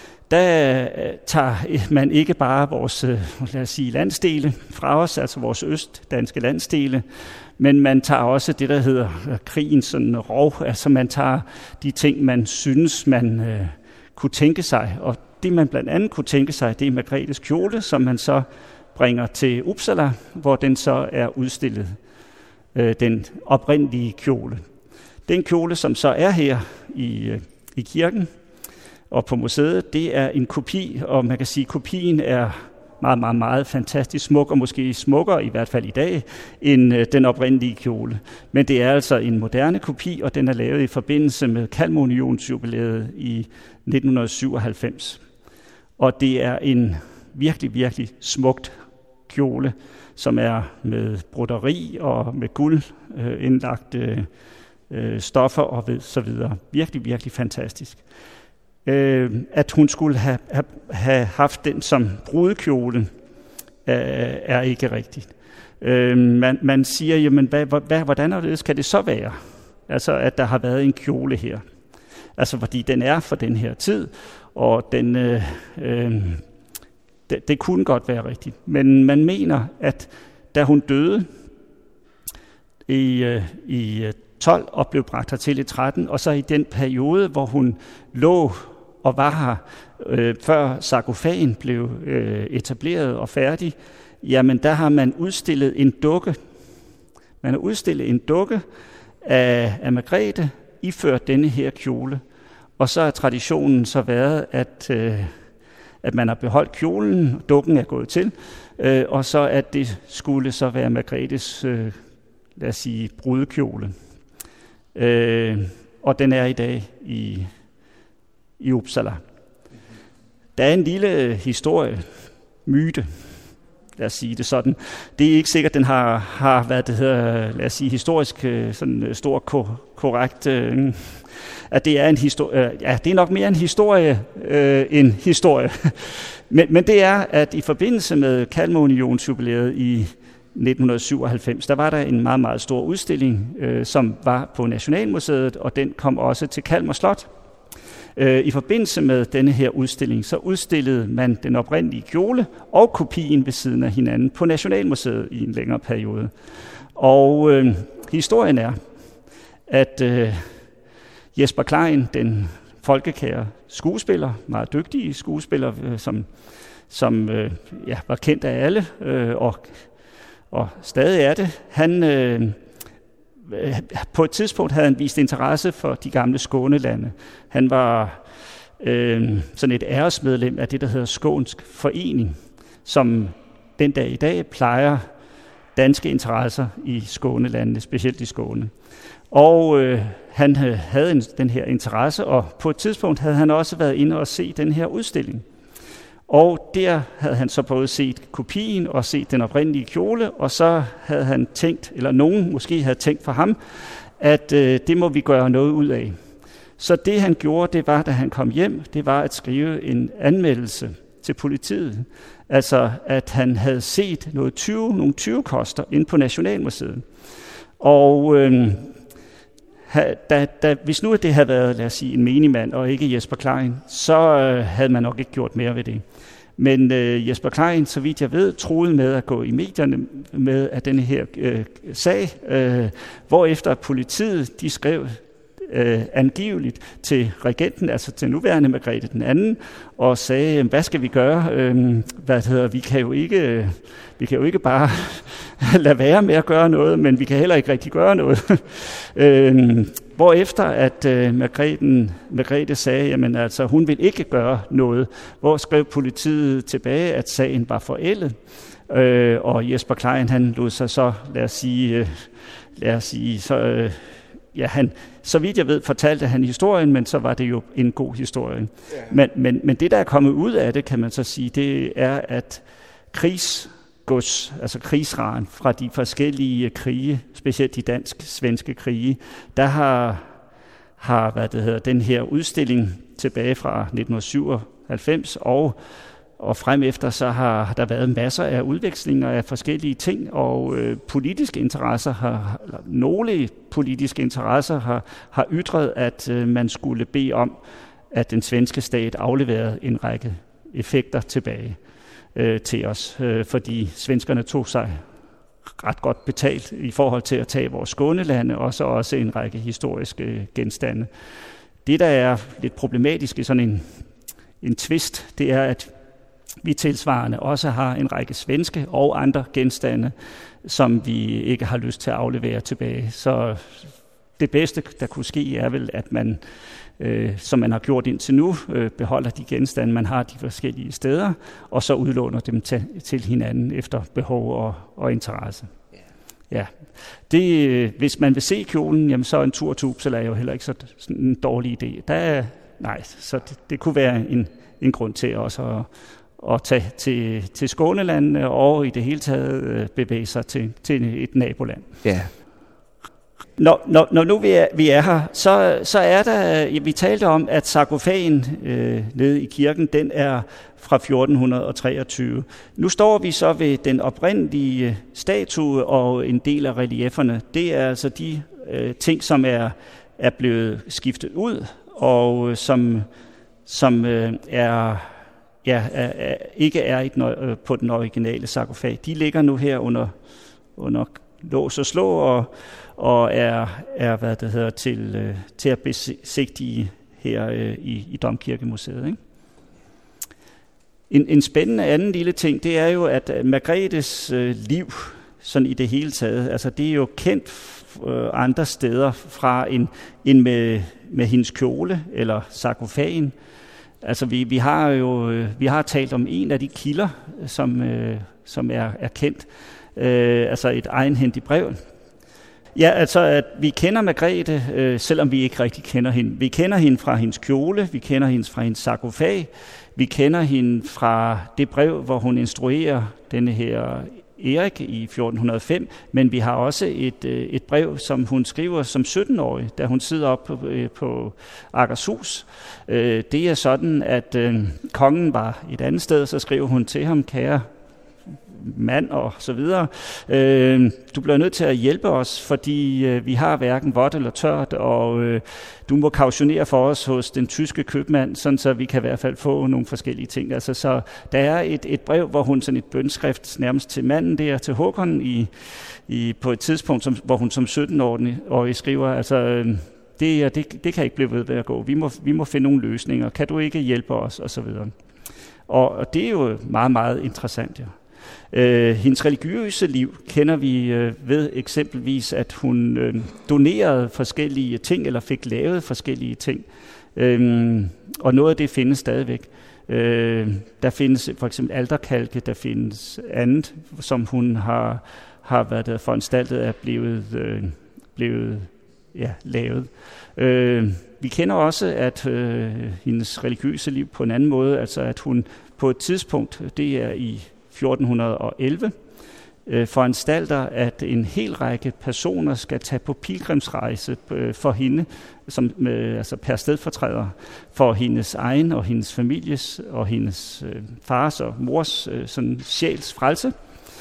der tager man ikke bare vores, lad os sige, landsdele fra os, altså vores østdanske landsdele, men man tager også det, der hedder krigens sådan rov, altså man tager de ting, man synes, man øh, kunne tænke sig, og det, man blandt andet kunne tænke sig, det er Margrethes kjole, som man så bringer til Uppsala, hvor den så er udstillet, øh, den oprindelige kjole. Den kjole, som så er her i, øh, i kirken og på museet, det er en kopi, og man kan sige, at kopien er meget, meget, meget fantastisk smuk, og måske smukkere, i hvert fald i dag, end øh, den oprindelige kjole. Men det er altså en moderne kopi, og den er lavet i forbindelse med Kalmarunionsjubilæet i nitten syvoghalvfems. Og det er en virkelig, virkelig smukt kjole, som er med broderi og med guld øh, indlagte øh, stoffer og ved, så videre. Virkelig, virkelig fantastisk. Øh, at hun skulle have, have, have haft den som brudekjole, øh, er ikke rigtigt. Øh, man, man siger, jamen, hvad, hvad, hvordan og det skal det så være? Altså, at der har været en kjole her. Altså, fordi den er for den her tid, og den, øh, øh, det, det kunne godt være rigtigt. Men man mener, at da hun døde i, øh, i tolv og blev bragt hertil i tretten, og så i den periode, hvor hun lå og var her, øh, før sarkofagen blev øh, etableret og færdig, jamen der har man udstillet en dukke. Man har udstillet en dukke af, af Margrethe, iført denne her kjole. Og så er traditionen så været, at, øh, at man har beholdt kjolen, dukken er gået til, øh, og så at det skulle så være Margrethes, øh, lad os sige, brudekjole. Øh, og den er i dag i, i Uppsala. Der er en lille historie, myte, lad os sige det sådan. Det er ikke sikkert, den har, har hvad det hedder, lad os sige, historisk sådan stor ko- korrekt, øh, at det er en historie. Ja, det er nok mere en historie øh, end historie. men, men det er, at i forbindelse med Kalmarunionsjubilæet i nitten syvoghalvfems, der var der en meget, meget stor udstilling, øh, som var på Nationalmuseet, og den kom også til Kalmar Slot. Øh, I forbindelse med denne her udstilling, så udstillede man den oprindelige kjole og kopien ved siden af hinanden på Nationalmuseet i en længere periode. Og øh, historien er, at øh, Jesper Klein, den folkekære skuespiller, meget dygtige skuespiller, øh, som, som øh, ja, var kendt af alle, øh, og, og stadig er det, han... Øh, På et tidspunkt havde han vist interesse for de gamle Skånelande. Han var øh, sådan et æresmedlem af det, der hedder Skånsk Forening, som den dag i dag plejer danske interesser i Skånelandene, specielt i Skåne. Og øh, han havde en, den her interesse, og på et tidspunkt havde han også været inde og se den her udstilling. Og der havde han så både set kopien og set den oprindelige kjole, og så havde han tænkt, eller nogen måske havde tænkt for ham, at øh, det må vi gøre noget ud af. Så det han gjorde, det var, da han kom hjem, det var at skrive en anmeldelse til politiet. Altså, at han havde set noget tyve, nogle tyvekoster inde på Nationalmuseet. Og øh, da, da, hvis nu det havde været, lad os sige, en menigmand og ikke Jesper Klein, så øh, havde man nok ikke gjort mere ved det. Men øh, Jesper Klein, så vidt jeg ved, troede med at gå i medierne med af denne her øh, sag, øh, hvorefter politiet, de skrev øh, angiveligt til regenten, altså til nuværende Margrethe den anden, og sagde, hvad skal vi gøre? Øh, hvad hedder, vi kan jo ikke, øh, vi kan jo ikke bare lade være med at gøre noget, men vi kan heller ikke rigtig gøre noget. øh, Hvorefter at øh, Margrethe, Margrethe sagde, jamen altså, hun vil ikke gøre noget. Hvor skrev politiet tilbage, at sagen var forældet. Øh, og Jesper Klein, han lod sig så, lad os sige, øh, lad os sige, så, øh, ja, han, så vidt jeg ved, fortalte han historien, men så var det jo en god historie. Ja. Men, men, men det, der er kommet ud af det, kan man så sige, det er, at krigs gods, altså krigsraren fra de forskellige krige, specielt de dansk-svenske krige, der har, har hvad det hedder, den her udstilling tilbage fra nitten syvoghalvfems og, og frem efter, så har, har der været masser af udvekslinger af forskellige ting, og øh, politiske interesser har, nogle politiske interesser har, har ytret, at øh, man skulle bede om, at den svenske stat afleverede en række effekter tilbage til os, fordi svenskerne tog sig ret godt betalt i forhold til at tage vores Skånelande, og så også en række historiske genstande. Det, der er lidt problematisk i sådan en, en twist, det er, at vi tilsvarende også har en række svenske og andre genstande, som vi ikke har lyst til at aflevere tilbage. Så det bedste, der kunne ske, er vel, at man Øh, som man har gjort indtil nu, øh, beholder de genstande, man har de forskellige steder, og så udlåner dem til, til hinanden efter behov og, og interesse. Yeah. Ja. Det, øh, hvis man vil se kjolen, jamen, så er en tur til Uppsala er jo heller ikke så, sådan en dårlig idé. Der er, nej, så det, det kunne være en, en grund til også at, at tage til, til Skånelandene og i det hele taget øh, bevæge sig til, til et naboland. Ja. Yeah. Når, når, når nu vi er, vi er her, så, så er der, ja, vi talte om, at sarkofagen øh, nede i kirken, den er fra fjorten treogtyve. Nu står vi så ved den oprindelige statue og en del af reliefferne. Det er altså de øh, ting, som er, er blevet skiftet ud, og som, som øh, er, ja, er, er, ikke er et, øh, på den originale sarkofag. De ligger nu her under, under lås og slå, og og er, er hvad det hedder, til, øh, til at besigtige her øh, i, i Domkirkemuseet. Ikke? En, en spændende anden lille ting, det er jo, at Margrethes øh, liv, sådan i det hele taget, altså det er jo kendt øh, andre steder fra end, end med, med hendes kjole eller sarkofagen. Altså vi, vi har jo øh, vi har talt om en af de kilder, som, øh, som er, er kendt, øh, altså et egenhændigt brev. Ja, altså at vi kender Margrethe, øh, selvom vi ikke rigtig kender hende. Vi kender hende fra hendes kjole, vi kender hende fra hendes sarkofag, vi kender hende fra det brev, hvor hun instruerer denne her Erik i fjorten hundrede og fem, men vi har også et, et brev, som hun skriver som sytten-årig, da hun sidder oppe på, på Akershus. Det er sådan, at kongen var et andet sted, så skriver hun til ham, kære mand og så videre. Øh, du bliver nødt til at hjælpe os, fordi øh, vi har hverken vådt eller tørt, og øh, du må kautionere for os hos den tyske købmand, sådan så vi kan i hvert fald få nogle forskellige ting. Altså, så der er et, et brev, hvor hun sådan et bønskrift nærmest til manden der, til Håkon, i, i, på et tidspunkt, som, hvor hun som sytten-årig skriver, altså øh, det, det, det kan ikke blive ved ved at gå. Vi må, vi må finde nogle løsninger. Kan du ikke hjælpe os? Og så videre. Og, og det er jo meget, meget interessant, ja. Øh, hendes religiøse liv kender vi øh, ved eksempelvis, at hun øh, donerede forskellige ting, eller fik lavet forskellige ting. Øh, og noget af det findes stadigvæk. Øh, der findes for eksempel alterkalke, der findes andet, som hun har, har været foranstaltet er blevet, øh, blevet ja, lavet. Øh, vi kender også, at øh, hendes religiøse liv på en anden måde, altså at hun på et tidspunkt, det er i fjorten hundrede og elleve, øh, foranstalter, at en hel række personer skal tage på pilgrimsrejse øh, for hende, som, øh, altså per stedfortræder, for hendes egen og hendes families og hendes øh, fars og mors øh, sådan sjæls frelse.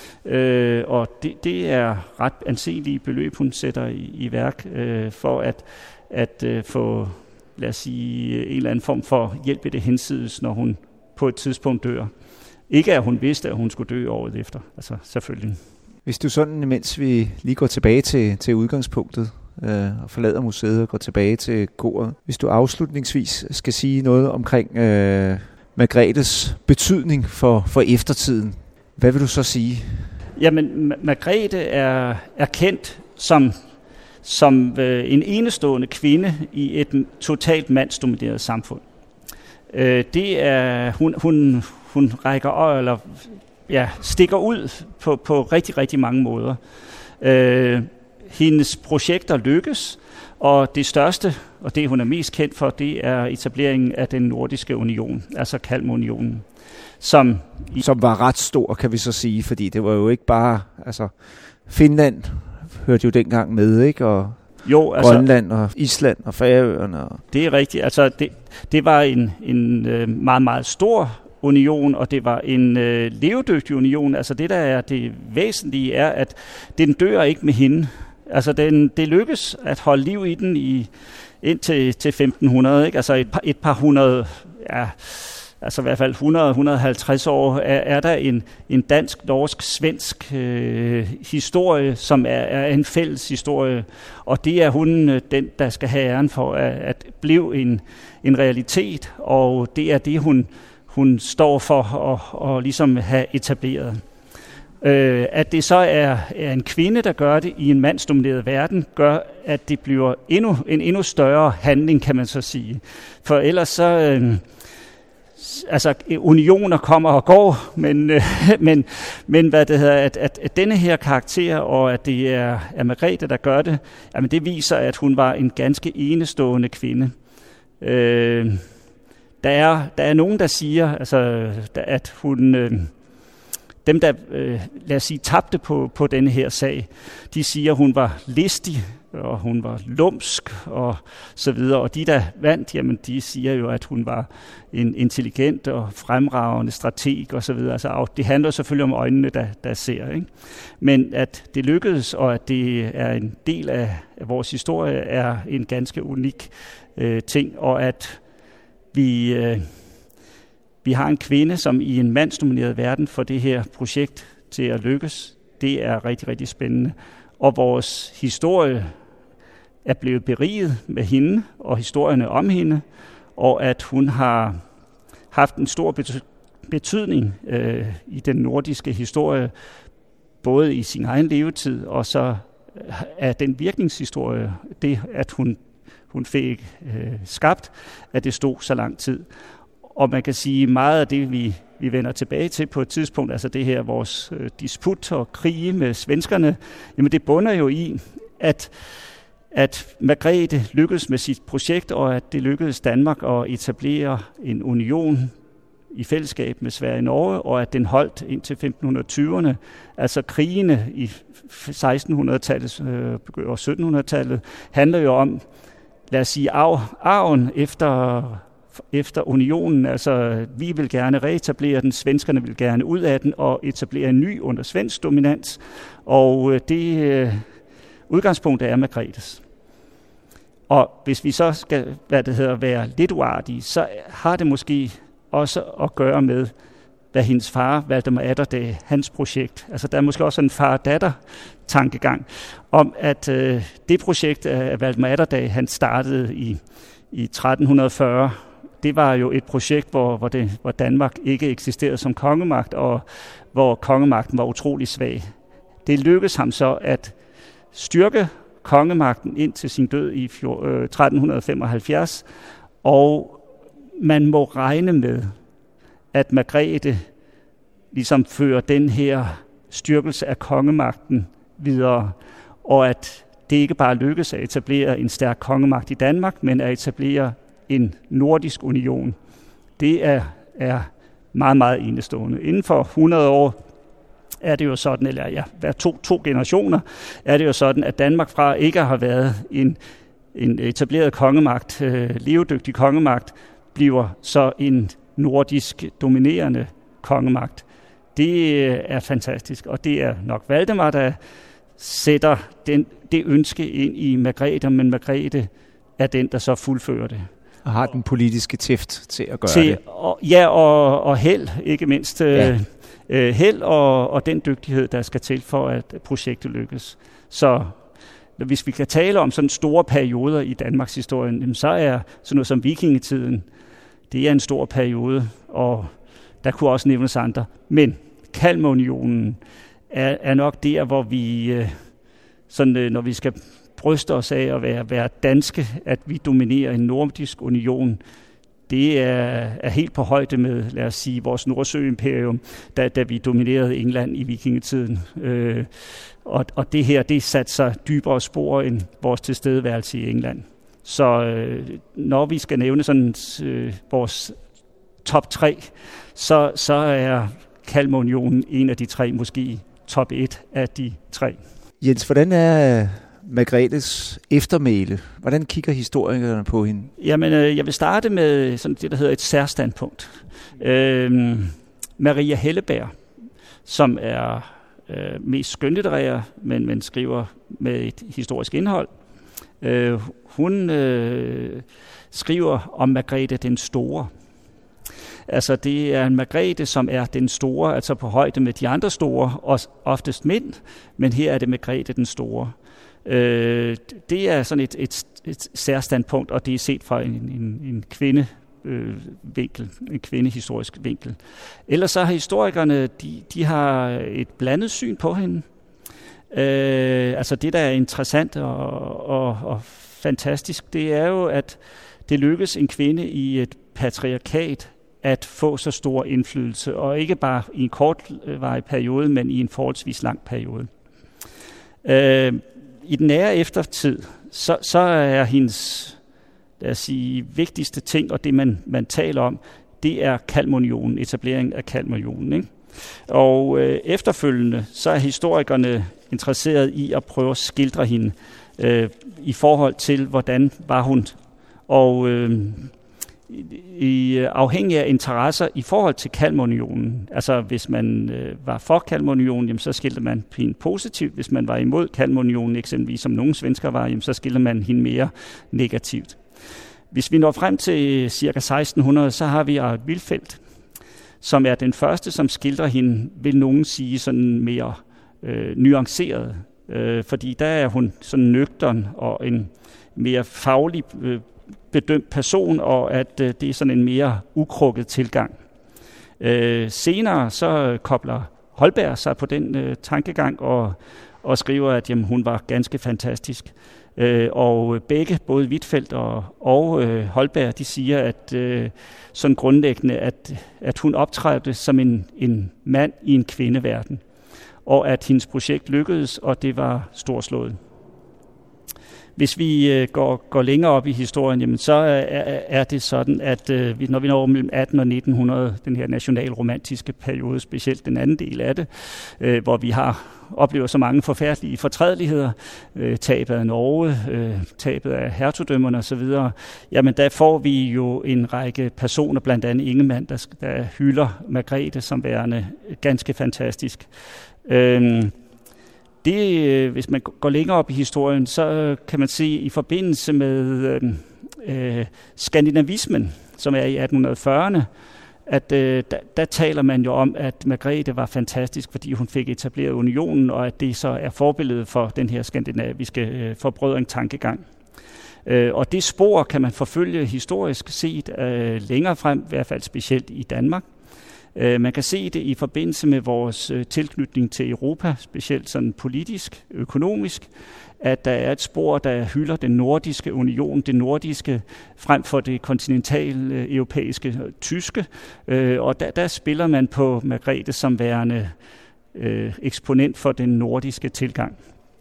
Øh, og det, det er ret anselige beløb, hun sætter i, i værk øh, for at, at øh, få, lad os sige, en eller anden form for hjælp i det hinsides, når hun på et tidspunkt dør. Ikke at hun vidste, at hun skulle dø året efter, altså selvfølgelig. Hvis du sådan, mens vi lige går tilbage til, til udgangspunktet, øh, og forlader museet og går tilbage til koret, hvis du afslutningsvis skal sige noget omkring øh, Margrethes betydning for, for eftertiden, hvad vil du så sige? Jamen, Margrethe er, er kendt som, som øh, en enestående kvinde i et totalt mandsdomineret samfund. Øh, det er, hun, hun, hun rækker eller ja, stikker ud på, på rigtig, rigtig mange måder. Øh, hendes projekter lykkes, og det største, og det hun er mest kendt for, det er etableringen af den nordiske union, altså Kalmarunionen. Som, i som var ret stor, kan vi så sige, fordi det var jo ikke bare, altså Finland hørte jo dengang med, ikke? Og jo, altså, Grønland og Island og Færøerne. Og det er rigtigt, altså det, det var en, en øh, meget, meget stor union, og det var en øh, levedygtig union. Altså det, der er det væsentlige, er, at den dør ikke med hende. Altså den, det lykkes at holde liv i den i indtil til femten hundrede, ikke? Altså et par, et par hundrede, ja, altså i hvert fald hundrede til hundrede og halvtreds år, er, er der en, en dansk, norsk, svensk øh, historie, som er, er en fælles historie, og det er hun, øh, den, der skal have æren for at, at blive en, en realitet, og det er det, hun, hun står for at og ligesom have etableret. Øh, at det så er, er en kvinde, der gør det i en mandsdomineret verden, gør, at det bliver endnu, en endnu større handling, kan man så sige. For ellers så Øh, altså unioner kommer og går, men, øh, men, men hvad det hedder, at, at, at denne her karakter, og at det er, er Margrethe, der gør det, jamen det viser, at hun var en ganske enestående kvinde. Øh, der, er, der er nogen, der siger, altså, at hun, øh, dem der, øh, lad os sige, tabte på, på denne her sag, de siger, at hun var listig, og hun var lumsk og så videre, og de der vandt, jamen de siger jo, at hun var en intelligent og fremragende strateg og så videre. Altså det handler selvfølgelig om øjnene, der, der ser, ikke? Men at det lykkedes, og at det er en del af, af vores historie, er en ganske unik øh, ting, og at vi, øh, vi har en kvinde, som i en mandsdomineret verden får det her projekt til at lykkes. Det er rigtig, rigtig spændende. Og vores historie er blevet beriget med hende og historierne om hende, og at hun har haft en stor betydning øh, i den nordiske historie, både i sin egen levetid, og så er den virkningshistorie, det at hun, hun fik øh, skabt, at det stod så lang tid. Og man kan sige, meget af det, vi, vi vender tilbage til på et tidspunkt, altså det her vores øh, disput og krige med svenskerne, jamen det bunder jo i, at, at Margrethe lykkedes med sit projekt, og at det lykkedes Danmark at etablere en union i fællesskab med Sverige og Norge, og at den holdt indtil femten tyverne. Altså krigene i sekstenhundredetallet og syttenhundredetallet handler jo om, lad os sige, arv, arven efter, efter unionen. Altså, vi vil gerne reetablere den, svenskerne vil gerne ud af den, og etablere en ny under svensk dominans. Og det udgangspunkt er Margrethes. Og hvis vi så skal, hvad det hedder, være lidt uartige, så har det måske også at gøre med, hvad hendes far, Valdemar Atterdag, hans projekt. Altså der er måske også en far-datter-tankegang om, at øh, det projekt af Valdemar Atterdag, han startede i, i tretten fyrre, det var jo et projekt, hvor, hvor, det, hvor Danmark ikke eksisterede som kongemagt, og hvor kongemagten var utrolig svag. Det lykkedes ham så at styrke kongemagten ind til sin død i tretten femoghalvfjerds, og man må regne med, at Margrethe ligesom fører den her styrkelse af kongemagten videre, og at det ikke bare lykkes at etablere en stærk kongemagt i Danmark, men at etablere en nordisk union. Det er, er meget, meget enestående. Inden for hundrede år er det jo sådan, eller ja, hver to, to generationer, er det jo sådan, at Danmark fra ikke har været en, en etableret kongemagt, øh, levedygtig kongemagt, bliver så en nordisk dominerende kongemagt. Det er fantastisk, og det er nok Valdemar, der sætter den, det ønske ind i Margrethe, men Margrethe er den, der så fuldfører det. Og har den politiske tæft til at gøre til, det. Og, ja, og, og held, ikke mindst. Ja. Øh, held og, og den dygtighed, der skal til for, at projektet lykkes. Så hvis vi kan tale om sådan store perioder i Danmarks historie, så er sådan noget som vikingetiden, det er en stor periode, og der kunne også nævnes andre. Men Kalmarunionen er, er nok der, hvor vi, sådan, når vi skal bryste os af at være, være danske, at vi dominerer en nordisk union. Det er, er helt på højde med, lad os sige, vores Nordsø-imperium, da, da vi dominerede England i vikingetiden. Øh, og, og det her, det satte sig dybere spor end vores tilstedeværelse i England. Så øh, når vi skal nævne sådan øh, vores top tre, så, så er Kalmarunionen en af de tre, måske top et af de tre. Jens, hvordan er Margrethes eftermæle? Hvordan kigger historikerne på hende? Jamen, øh, jeg vil starte med sådan det, der hedder et særstandpunkt. Øh, Maria Helleberg, som er øh, mest skønlitterær, men, men skriver med et historisk indhold. Øh, hun øh, skriver om Margrethe den Store. Altså det er en Margrethe, som er den store, altså på højde med de andre store, og oftest mænd, men her er det Margrethe den Store. Øh, det er sådan et, et, et særstandpunkt, og det er set fra en, en, en kvinde, øh, vinkel, en kvindehistorisk vinkel. Ellers så har historikerne, de, de har et blandet syn på hende. Øh, altså det, der er interessant og, og, og fantastisk, det er jo, at det lykkes en kvinde i et patriarkat at få så stor indflydelse, og ikke bare i en kortvarig periode, men i en forholdsvis lang periode. Øh, I den nære eftertid, så, så er hendes, lad os sige, vigtigste ting, og det man, man taler om, det er Kalmarunionen, etableringen af Kalmarunionen, ikke? Og øh, efterfølgende, så er historikerne interesseret i at prøve at skildre hende øh, i forhold til, hvordan var hun. Og øh, i, afhængig af interesser i forhold til Kalmarunionen, altså hvis man øh, var for Kalmarunionen, jamen, så skildrede man hende positivt. Hvis man var imod Kalmarunionen, eksempelvis som nogle svensker var, jamen, så skildrede man hende mere negativt. Hvis vi når frem til ca. seksten hundrede, så har vi Arvid Vilfeldt, som er den første, som skildrer hende, vil nogen sige, sådan mere øh, nuanceret. Øh, fordi der er hun sådan nøgtern og en mere faglig øh, bedømt person, og at øh, det er sådan en mere ukrukket tilgang. Øh, senere så kobler Holberg sig på den øh, tankegang og, og skriver, at jamen, hun var ganske fantastisk. Øh, og begge, både Huitfeldt og, og øh, Holberg, de siger, at øh, sådan grundlæggende, at, at hun optrædte som en, en mand i en kvindeverden, og at hendes projekt lykkedes, og det var storslået. Hvis vi øh, går, går længere op i historien, jamen, så er, er det sådan, at øh, vi, når vi når mellem atten og nitten hundrede, den her nationalromantiske periode, specielt den anden del af det, øh, hvor vi har oplever så mange forfærdelige fortrædeligheder, øh, tabet af Norge, øh, tabet af hertugdømmerne osv., jamen der får vi jo en række personer, blandt andet Ingemann, der, der hylder Margrethe som værende ganske fantastisk. Øh, Det, hvis man går længere op i historien, så kan man se i forbindelse med øh, skandinavismen, som er i atten fyrrerne, at øh, der, der taler man jo om, at Margrethe var fantastisk, fordi hun fik etableret unionen, og at det så er forbilledet for den her skandinaviske øh, forbrødring-tankegang. Øh, og det spor kan man forfølge historisk set øh, længere frem, i hvert fald specielt i Danmark. Man kan se det i forbindelse med vores tilknytning til Europa, specielt sådan politisk, økonomisk, at der er et spor, der hylder den nordiske union, det nordiske frem for det kontinentale europæiske tyske. Og der, der spiller man på Margrethe som værende øh, eksponent for den nordiske tilgang.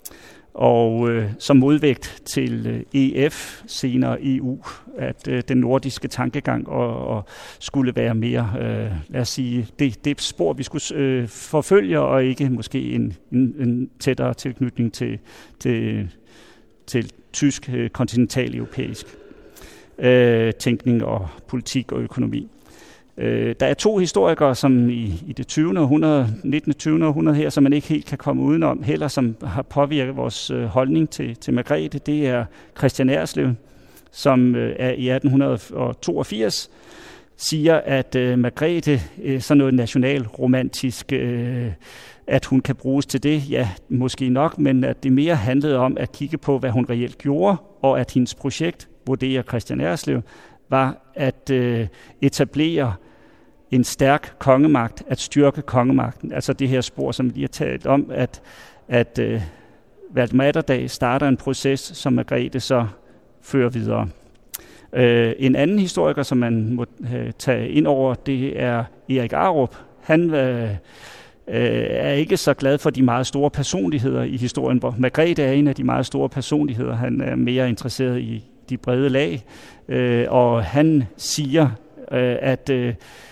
Og øh, som modvægt til øh, E F, senere E U, at øh, den nordiske tankegang og, og skulle være mere, øh, lad os sige, det, det spor, vi skulle øh, forfølge, og ikke måske en, en, en tættere tilknytning til, til, til tysk øh, kontinental-europæisk øh, tænkning og politik og økonomi. Øh, der er to historikere, som i, i det tyvende århundrede, nittende og tyvende århundrede her, som man ikke helt kan komme udenom heller, som har påvirket vores øh, holdning til, til Margrethe. Det er Christian Erslev, som øh, er i atten toogfirs, siger, at øh, Margrethe er sådan noget nationalromantisk, øh, at hun kan bruges til det. Ja, måske nok, men at det mere handlede om at kigge på, hvad hun reelt gjorde, og at hendes projekt, vurderer Christian Erslev, var at øh, etablere en stærk kongemagt, at styrke kongemagten. Altså det her spor, som vi lige har talt om, at, at øh, Valdemar Atterdag starter en proces, som Margrethe så fører videre. Øh, en anden historiker, som man må øh, tage ind over, det er Erik Arup. Han øh, er ikke så glad for de meget store personligheder i historien, hvor Margrethe er en af de meget store personligheder. Han er mere interesseret i de brede lag, øh, og han siger, øh, at, øh,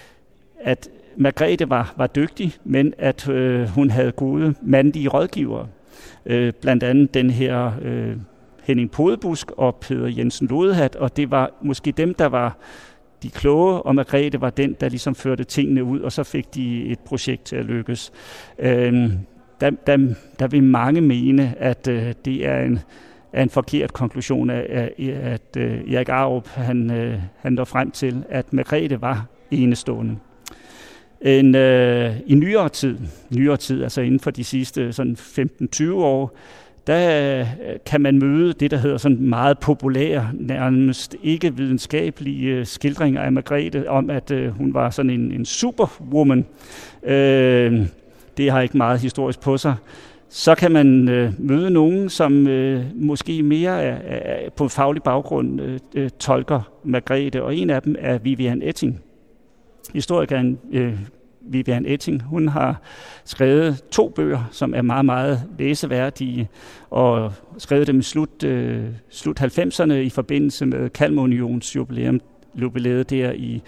at Margrethe var, var dygtig, men at øh, hun havde gode mandlige rådgivere. Øh, blandt andet den her øh, Henning Podebusk og Peder Jensen Lodehat, og det var måske dem, der var de kloge, og Margrethe var den, der ligesom førte tingene ud, og så fik de et projekt til at lykkes. Øh, der, der, der vil mange mene, at øh, det er en er en forkert konklusion af, at, at uh, Erik Arup han, uh, han når frem til, at Margrethe var enestående. En, uh, I nyere tid, nyere tid, altså inden for de sidste sådan femten til tyve år, der uh, kan man møde det, der hedder sådan meget populære, nærmest ikke videnskabelige uh, skildringer af Margrethe, om at uh, hun var sådan en, en superwoman. Uh, det har ikke meget historisk på sig. Så kan man øh, møde nogen, som øh, måske mere er, er på faglig baggrund øh, øh, tolker Margrethe, og en af dem er Vivian Etting. Historikeren øh, Vivian Etting, hun har skrevet to bøger, som er meget, meget læseværdige, og skrevet dem i slut, øh, slut halvfemserne i forbindelse med Kalmarunions jubilæum, jubilæet der i,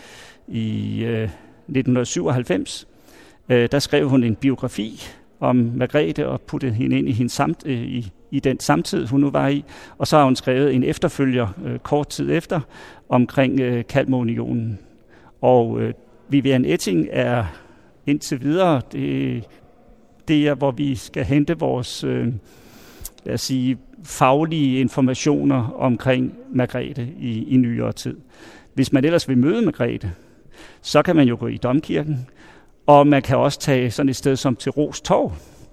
i øh, nitten syvoghalvfems. Øh, der skrev hun en biografi om Margrethe og puttede hende ind i, hendes samt, øh, i, i den samtid, hun nu var i. Og så har hun skrevet en efterfølger øh, kort tid efter omkring øh, Kalmarunionen. Og øh, Vivian Etting er indtil videre, det, det er, hvor vi skal hente vores øh, lad os sige, faglige informationer omkring Margrethe i, i nyere tid. Hvis man ellers vil møde Margrethe, så kan man jo gå i Domkirken, og man kan også tage sådan et sted som til Ros Torv.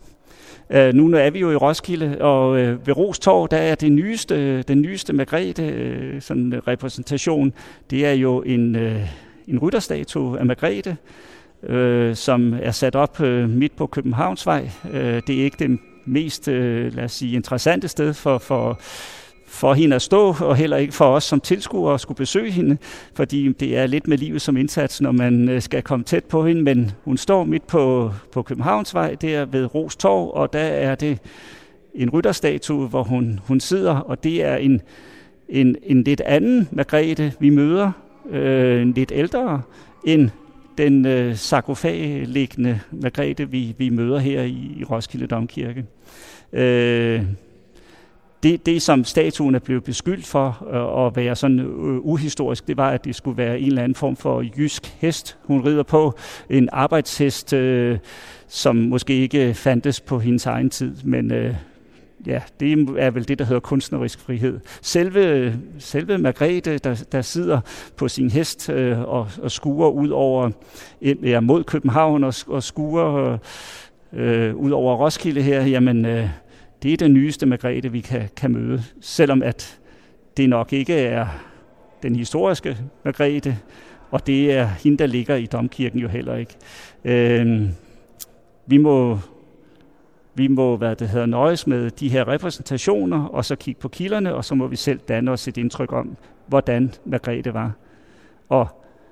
Uh, nu er vi jo i Roskilde, og uh, ved Ros Torv, der er det nyeste, den nyeste Margrethe uh, sådan repræsentation. Det er jo en, uh, en rytterstatue af Margrethe, uh, som er sat op uh, midt på Københavnsvej. Uh, det er ikke det mest, uh, lad os sige, interessante sted for, for for hende at stå, og heller ikke for os som tilskuere at skulle besøge hende, fordi det er lidt med livet som indsats, når man skal komme tæt på hende, men hun står midt på, på Københavnsvej, der ved Ros Torv, og der er det en rytterstatue, hvor hun, hun sidder, og det er en, en, en lidt anden Margrethe, vi møder, øh, en lidt ældre end den øh, sarkofagliggende Margrethe, vi, vi møder her i, i Roskilde Domkirke. Øh, det, det, som statuen er blevet beskyldt for øh, at være sådan øh, uhistorisk, det var, at det skulle være en eller anden form for jysk hest, hun rider på. En arbejdshest, øh, som måske ikke fandtes på hendes egen tid, men øh, ja, det er vel det, der hedder kunstnerisk frihed. Selve, selve Margrethe, der, der sidder på sin hest øh, og, og skuer ud over, ja, mod København og, og skuer øh, ud over Roskilde her, jamen øh, det er den nyeste Margrethe, vi kan, kan møde. Selvom at det nok ikke er den historiske Margrethe, og det er hende, der ligger i domkirken jo heller ikke. Øh, vi må... Vi må, hvad det hedder, nøjes med de her repræsentationer, og så kigge på kilderne, og så må vi selv danne os et indtryk om, hvordan Margrethe var. Og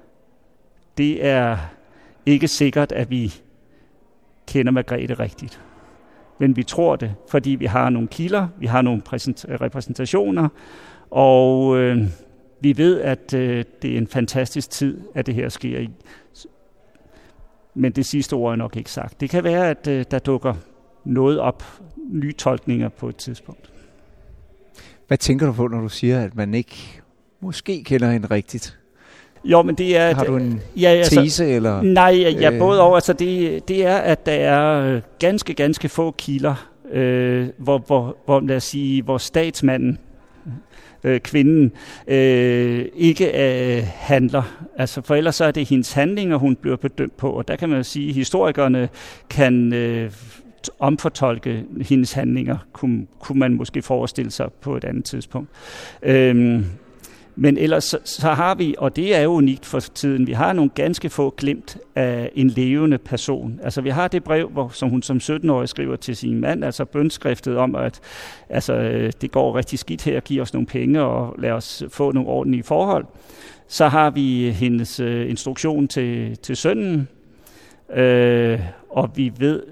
det er ikke sikkert, at vi kender Margrethe rigtigt. Men vi tror det, fordi vi har nogle kilder, vi har nogle repræsentationer, og øh, vi ved, at øh, det er en fantastisk tid, at det her sker i. Men det sidste ord er nok ikke sagt. Det kan være, at øh, der dukker noget op, nye tolkninger på et tidspunkt. Hvad tænker du på, når du siger, at man ikke måske kender hende rigtigt? Jo, men det er... Har du en ja, altså, tese, eller? Nej, ja, øh, både over. Altså det, det er, at der er ganske, ganske få kilder, øh, hvor, hvor, hvor, lad os sige, hvor statsmanden, øh, kvinden, øh, ikke øh, handler. Altså, for ellers så er det hendes handlinger, hun bliver bedømt på. Og der kan man jo sige, at historikerne kan... Øh, omfortolke hendes handlinger, kunne, kunne man måske forestille sig på et andet tidspunkt. Øhm, men ellers så, så har vi, og det er jo unikt for tiden, vi har nogle ganske få glimt af en levende person. Altså vi har det brev, hvor, som hun som sytten-årig skriver til sin mand, altså bønskriftet om, at altså, det går rigtig skidt her, giv os nogle penge og lad os få nogle ordentlige forhold. Så har vi hendes øh, instruktion til, til sønnen, øh, og vi ved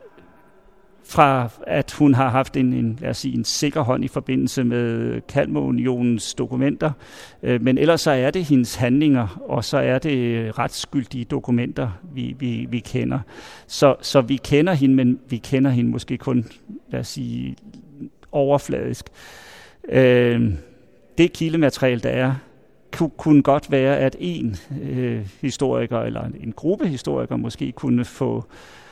fra at hun har haft en, en, lad os sige, en sikker hånd i forbindelse med Kalmarunionens dokumenter. Øh, men ellers så er det hendes handlinger, og så er det retsgyldige dokumenter, vi, vi, vi kender. Så, så vi kender hende, men vi kender hende måske kun, lad os sige, overfladisk. Øh, det kildemateriale, der er, kunne, kunne godt være, at en øh, historiker, eller en gruppe historikere måske kunne få...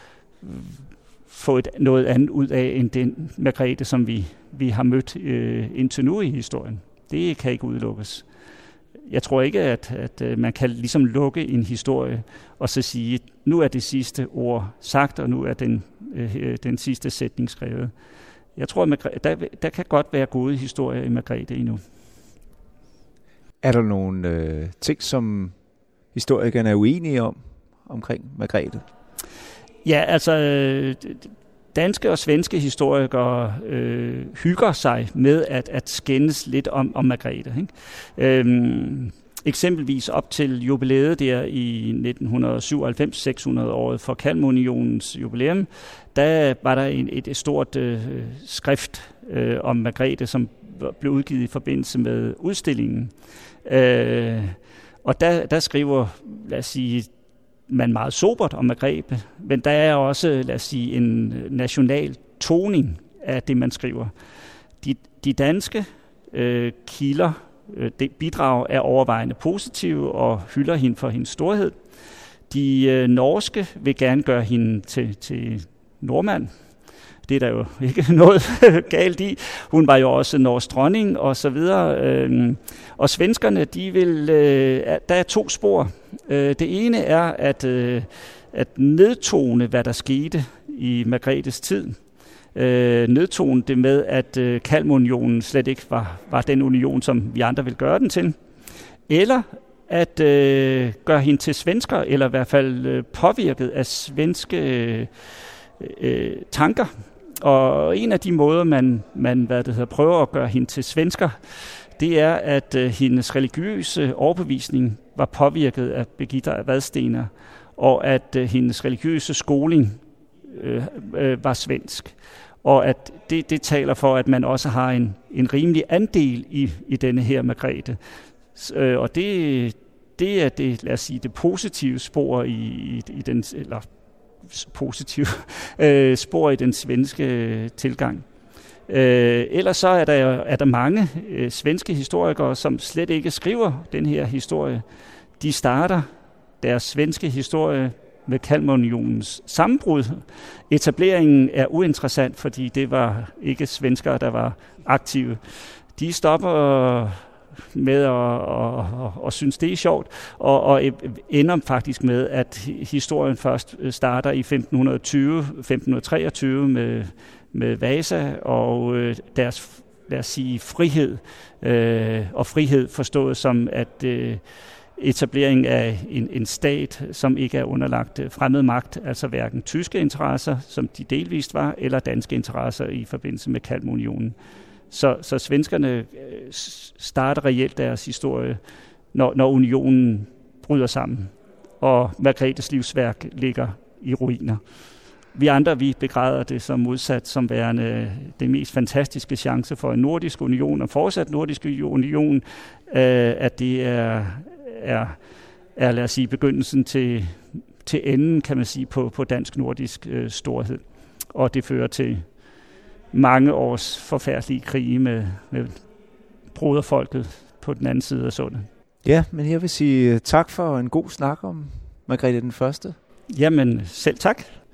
få et, noget andet ud af, end den Margrethe, som vi, vi har mødt øh, indtil nu i historien. Det kan ikke udelukkes. Jeg tror ikke, at, at man kan ligesom lukke en historie og så sige, nu er det sidste ord sagt, og nu er den, øh, den sidste sætning skrevet. Jeg tror, at der, der kan godt være gode historier i Margrethe endnu. Er der nogle øh, ting, som historikerne er uenige om, omkring Margrethe? Ja, altså danske og svenske historikere øh, hygger sig med at, at skændes lidt om, om Margrethe. Ikke? Øhm, eksempelvis op til jubilæet der i nitten syvoghalvfems, seks hundrede året for Kalmarunionens jubilæum, der var der en, et, et stort øh, skrift øh, om Margrethe, som blev udgivet i forbindelse med udstillingen. Øh, og der, der skriver, lad os sige, man meget sobert om Margrethe, men der er også, lad os sige, en national toning af det, man skriver. De, de danske øh, kilder, øh, det bidrag er overvejende positive og hylder hende for hendes storhed. De øh, norske vil gerne gøre hende til, til nordmand. Det er der jo ikke noget galt i. Hun var jo også norsk dronning og så videre. Og svenskerne, de vil, der er to spor. Det ene er at, at nedtone, hvad der skete i Margrethes tid. Nedtone det med, at Kalmarunionen slet ikke var, var den union, som vi andre vil gøre den til. Eller at øh, gøre hende til svensker, eller i hvert fald påvirket af svenske øh, tanker. Og en af de måder, man, man hvad det hedder, prøver at gøre hende til svensker, det er, at øh, hendes religiøse overbevisning var påvirket af Birgitta af Vadstena, og at øh, hendes religiøse skoling øh, øh, var svensk. og at det, det taler for, at man også har en, en rimelig andel i, i denne her Margrethe. Øh, og det, det er det, lad os sige, det positive spor i, i, i den, eller positive øh, spor i den svenske tilgang. Øh, ellers så er der, er der mange øh, svenske historikere, som slet ikke skriver den her historie. De starter deres svenske historie med Kalmarunionens sammenbrud. Etableringen er uinteressant, fordi det var ikke svenskere, der var aktive. De stopper med at og, og, og synes, det er sjovt, og, og ender faktisk med, at historien først starter i femten tyve femten treogtyve med, med Vasa og øh, deres, lad os sige, frihed, øh, og frihed forstået som, at øh, etablering af en, en stat, som ikke er underlagt fremmed magt, altså hverken tyske interesser, som de delvist var, eller danske interesser i forbindelse med Kalmarunionen. Så, så svenskerne starter reelt deres historie, når, når unionen bryder sammen, og Margrethes livsværk ligger i ruiner. Vi andre, vi begræder det som modsat som værende den mest fantastiske chance for en nordisk union, og fortsat nordisk union, øh, at det er, er, er, lad os sige, begyndelsen til, til enden, kan man sige, på, på dansk-nordisk øh, storhed. Og det fører til mange års forfærdelige krige med, med broderfolket på den anden side af sundet. Ja, men jeg vil sige tak for en god snak om Margrethe den Første. Jamen, selv tak.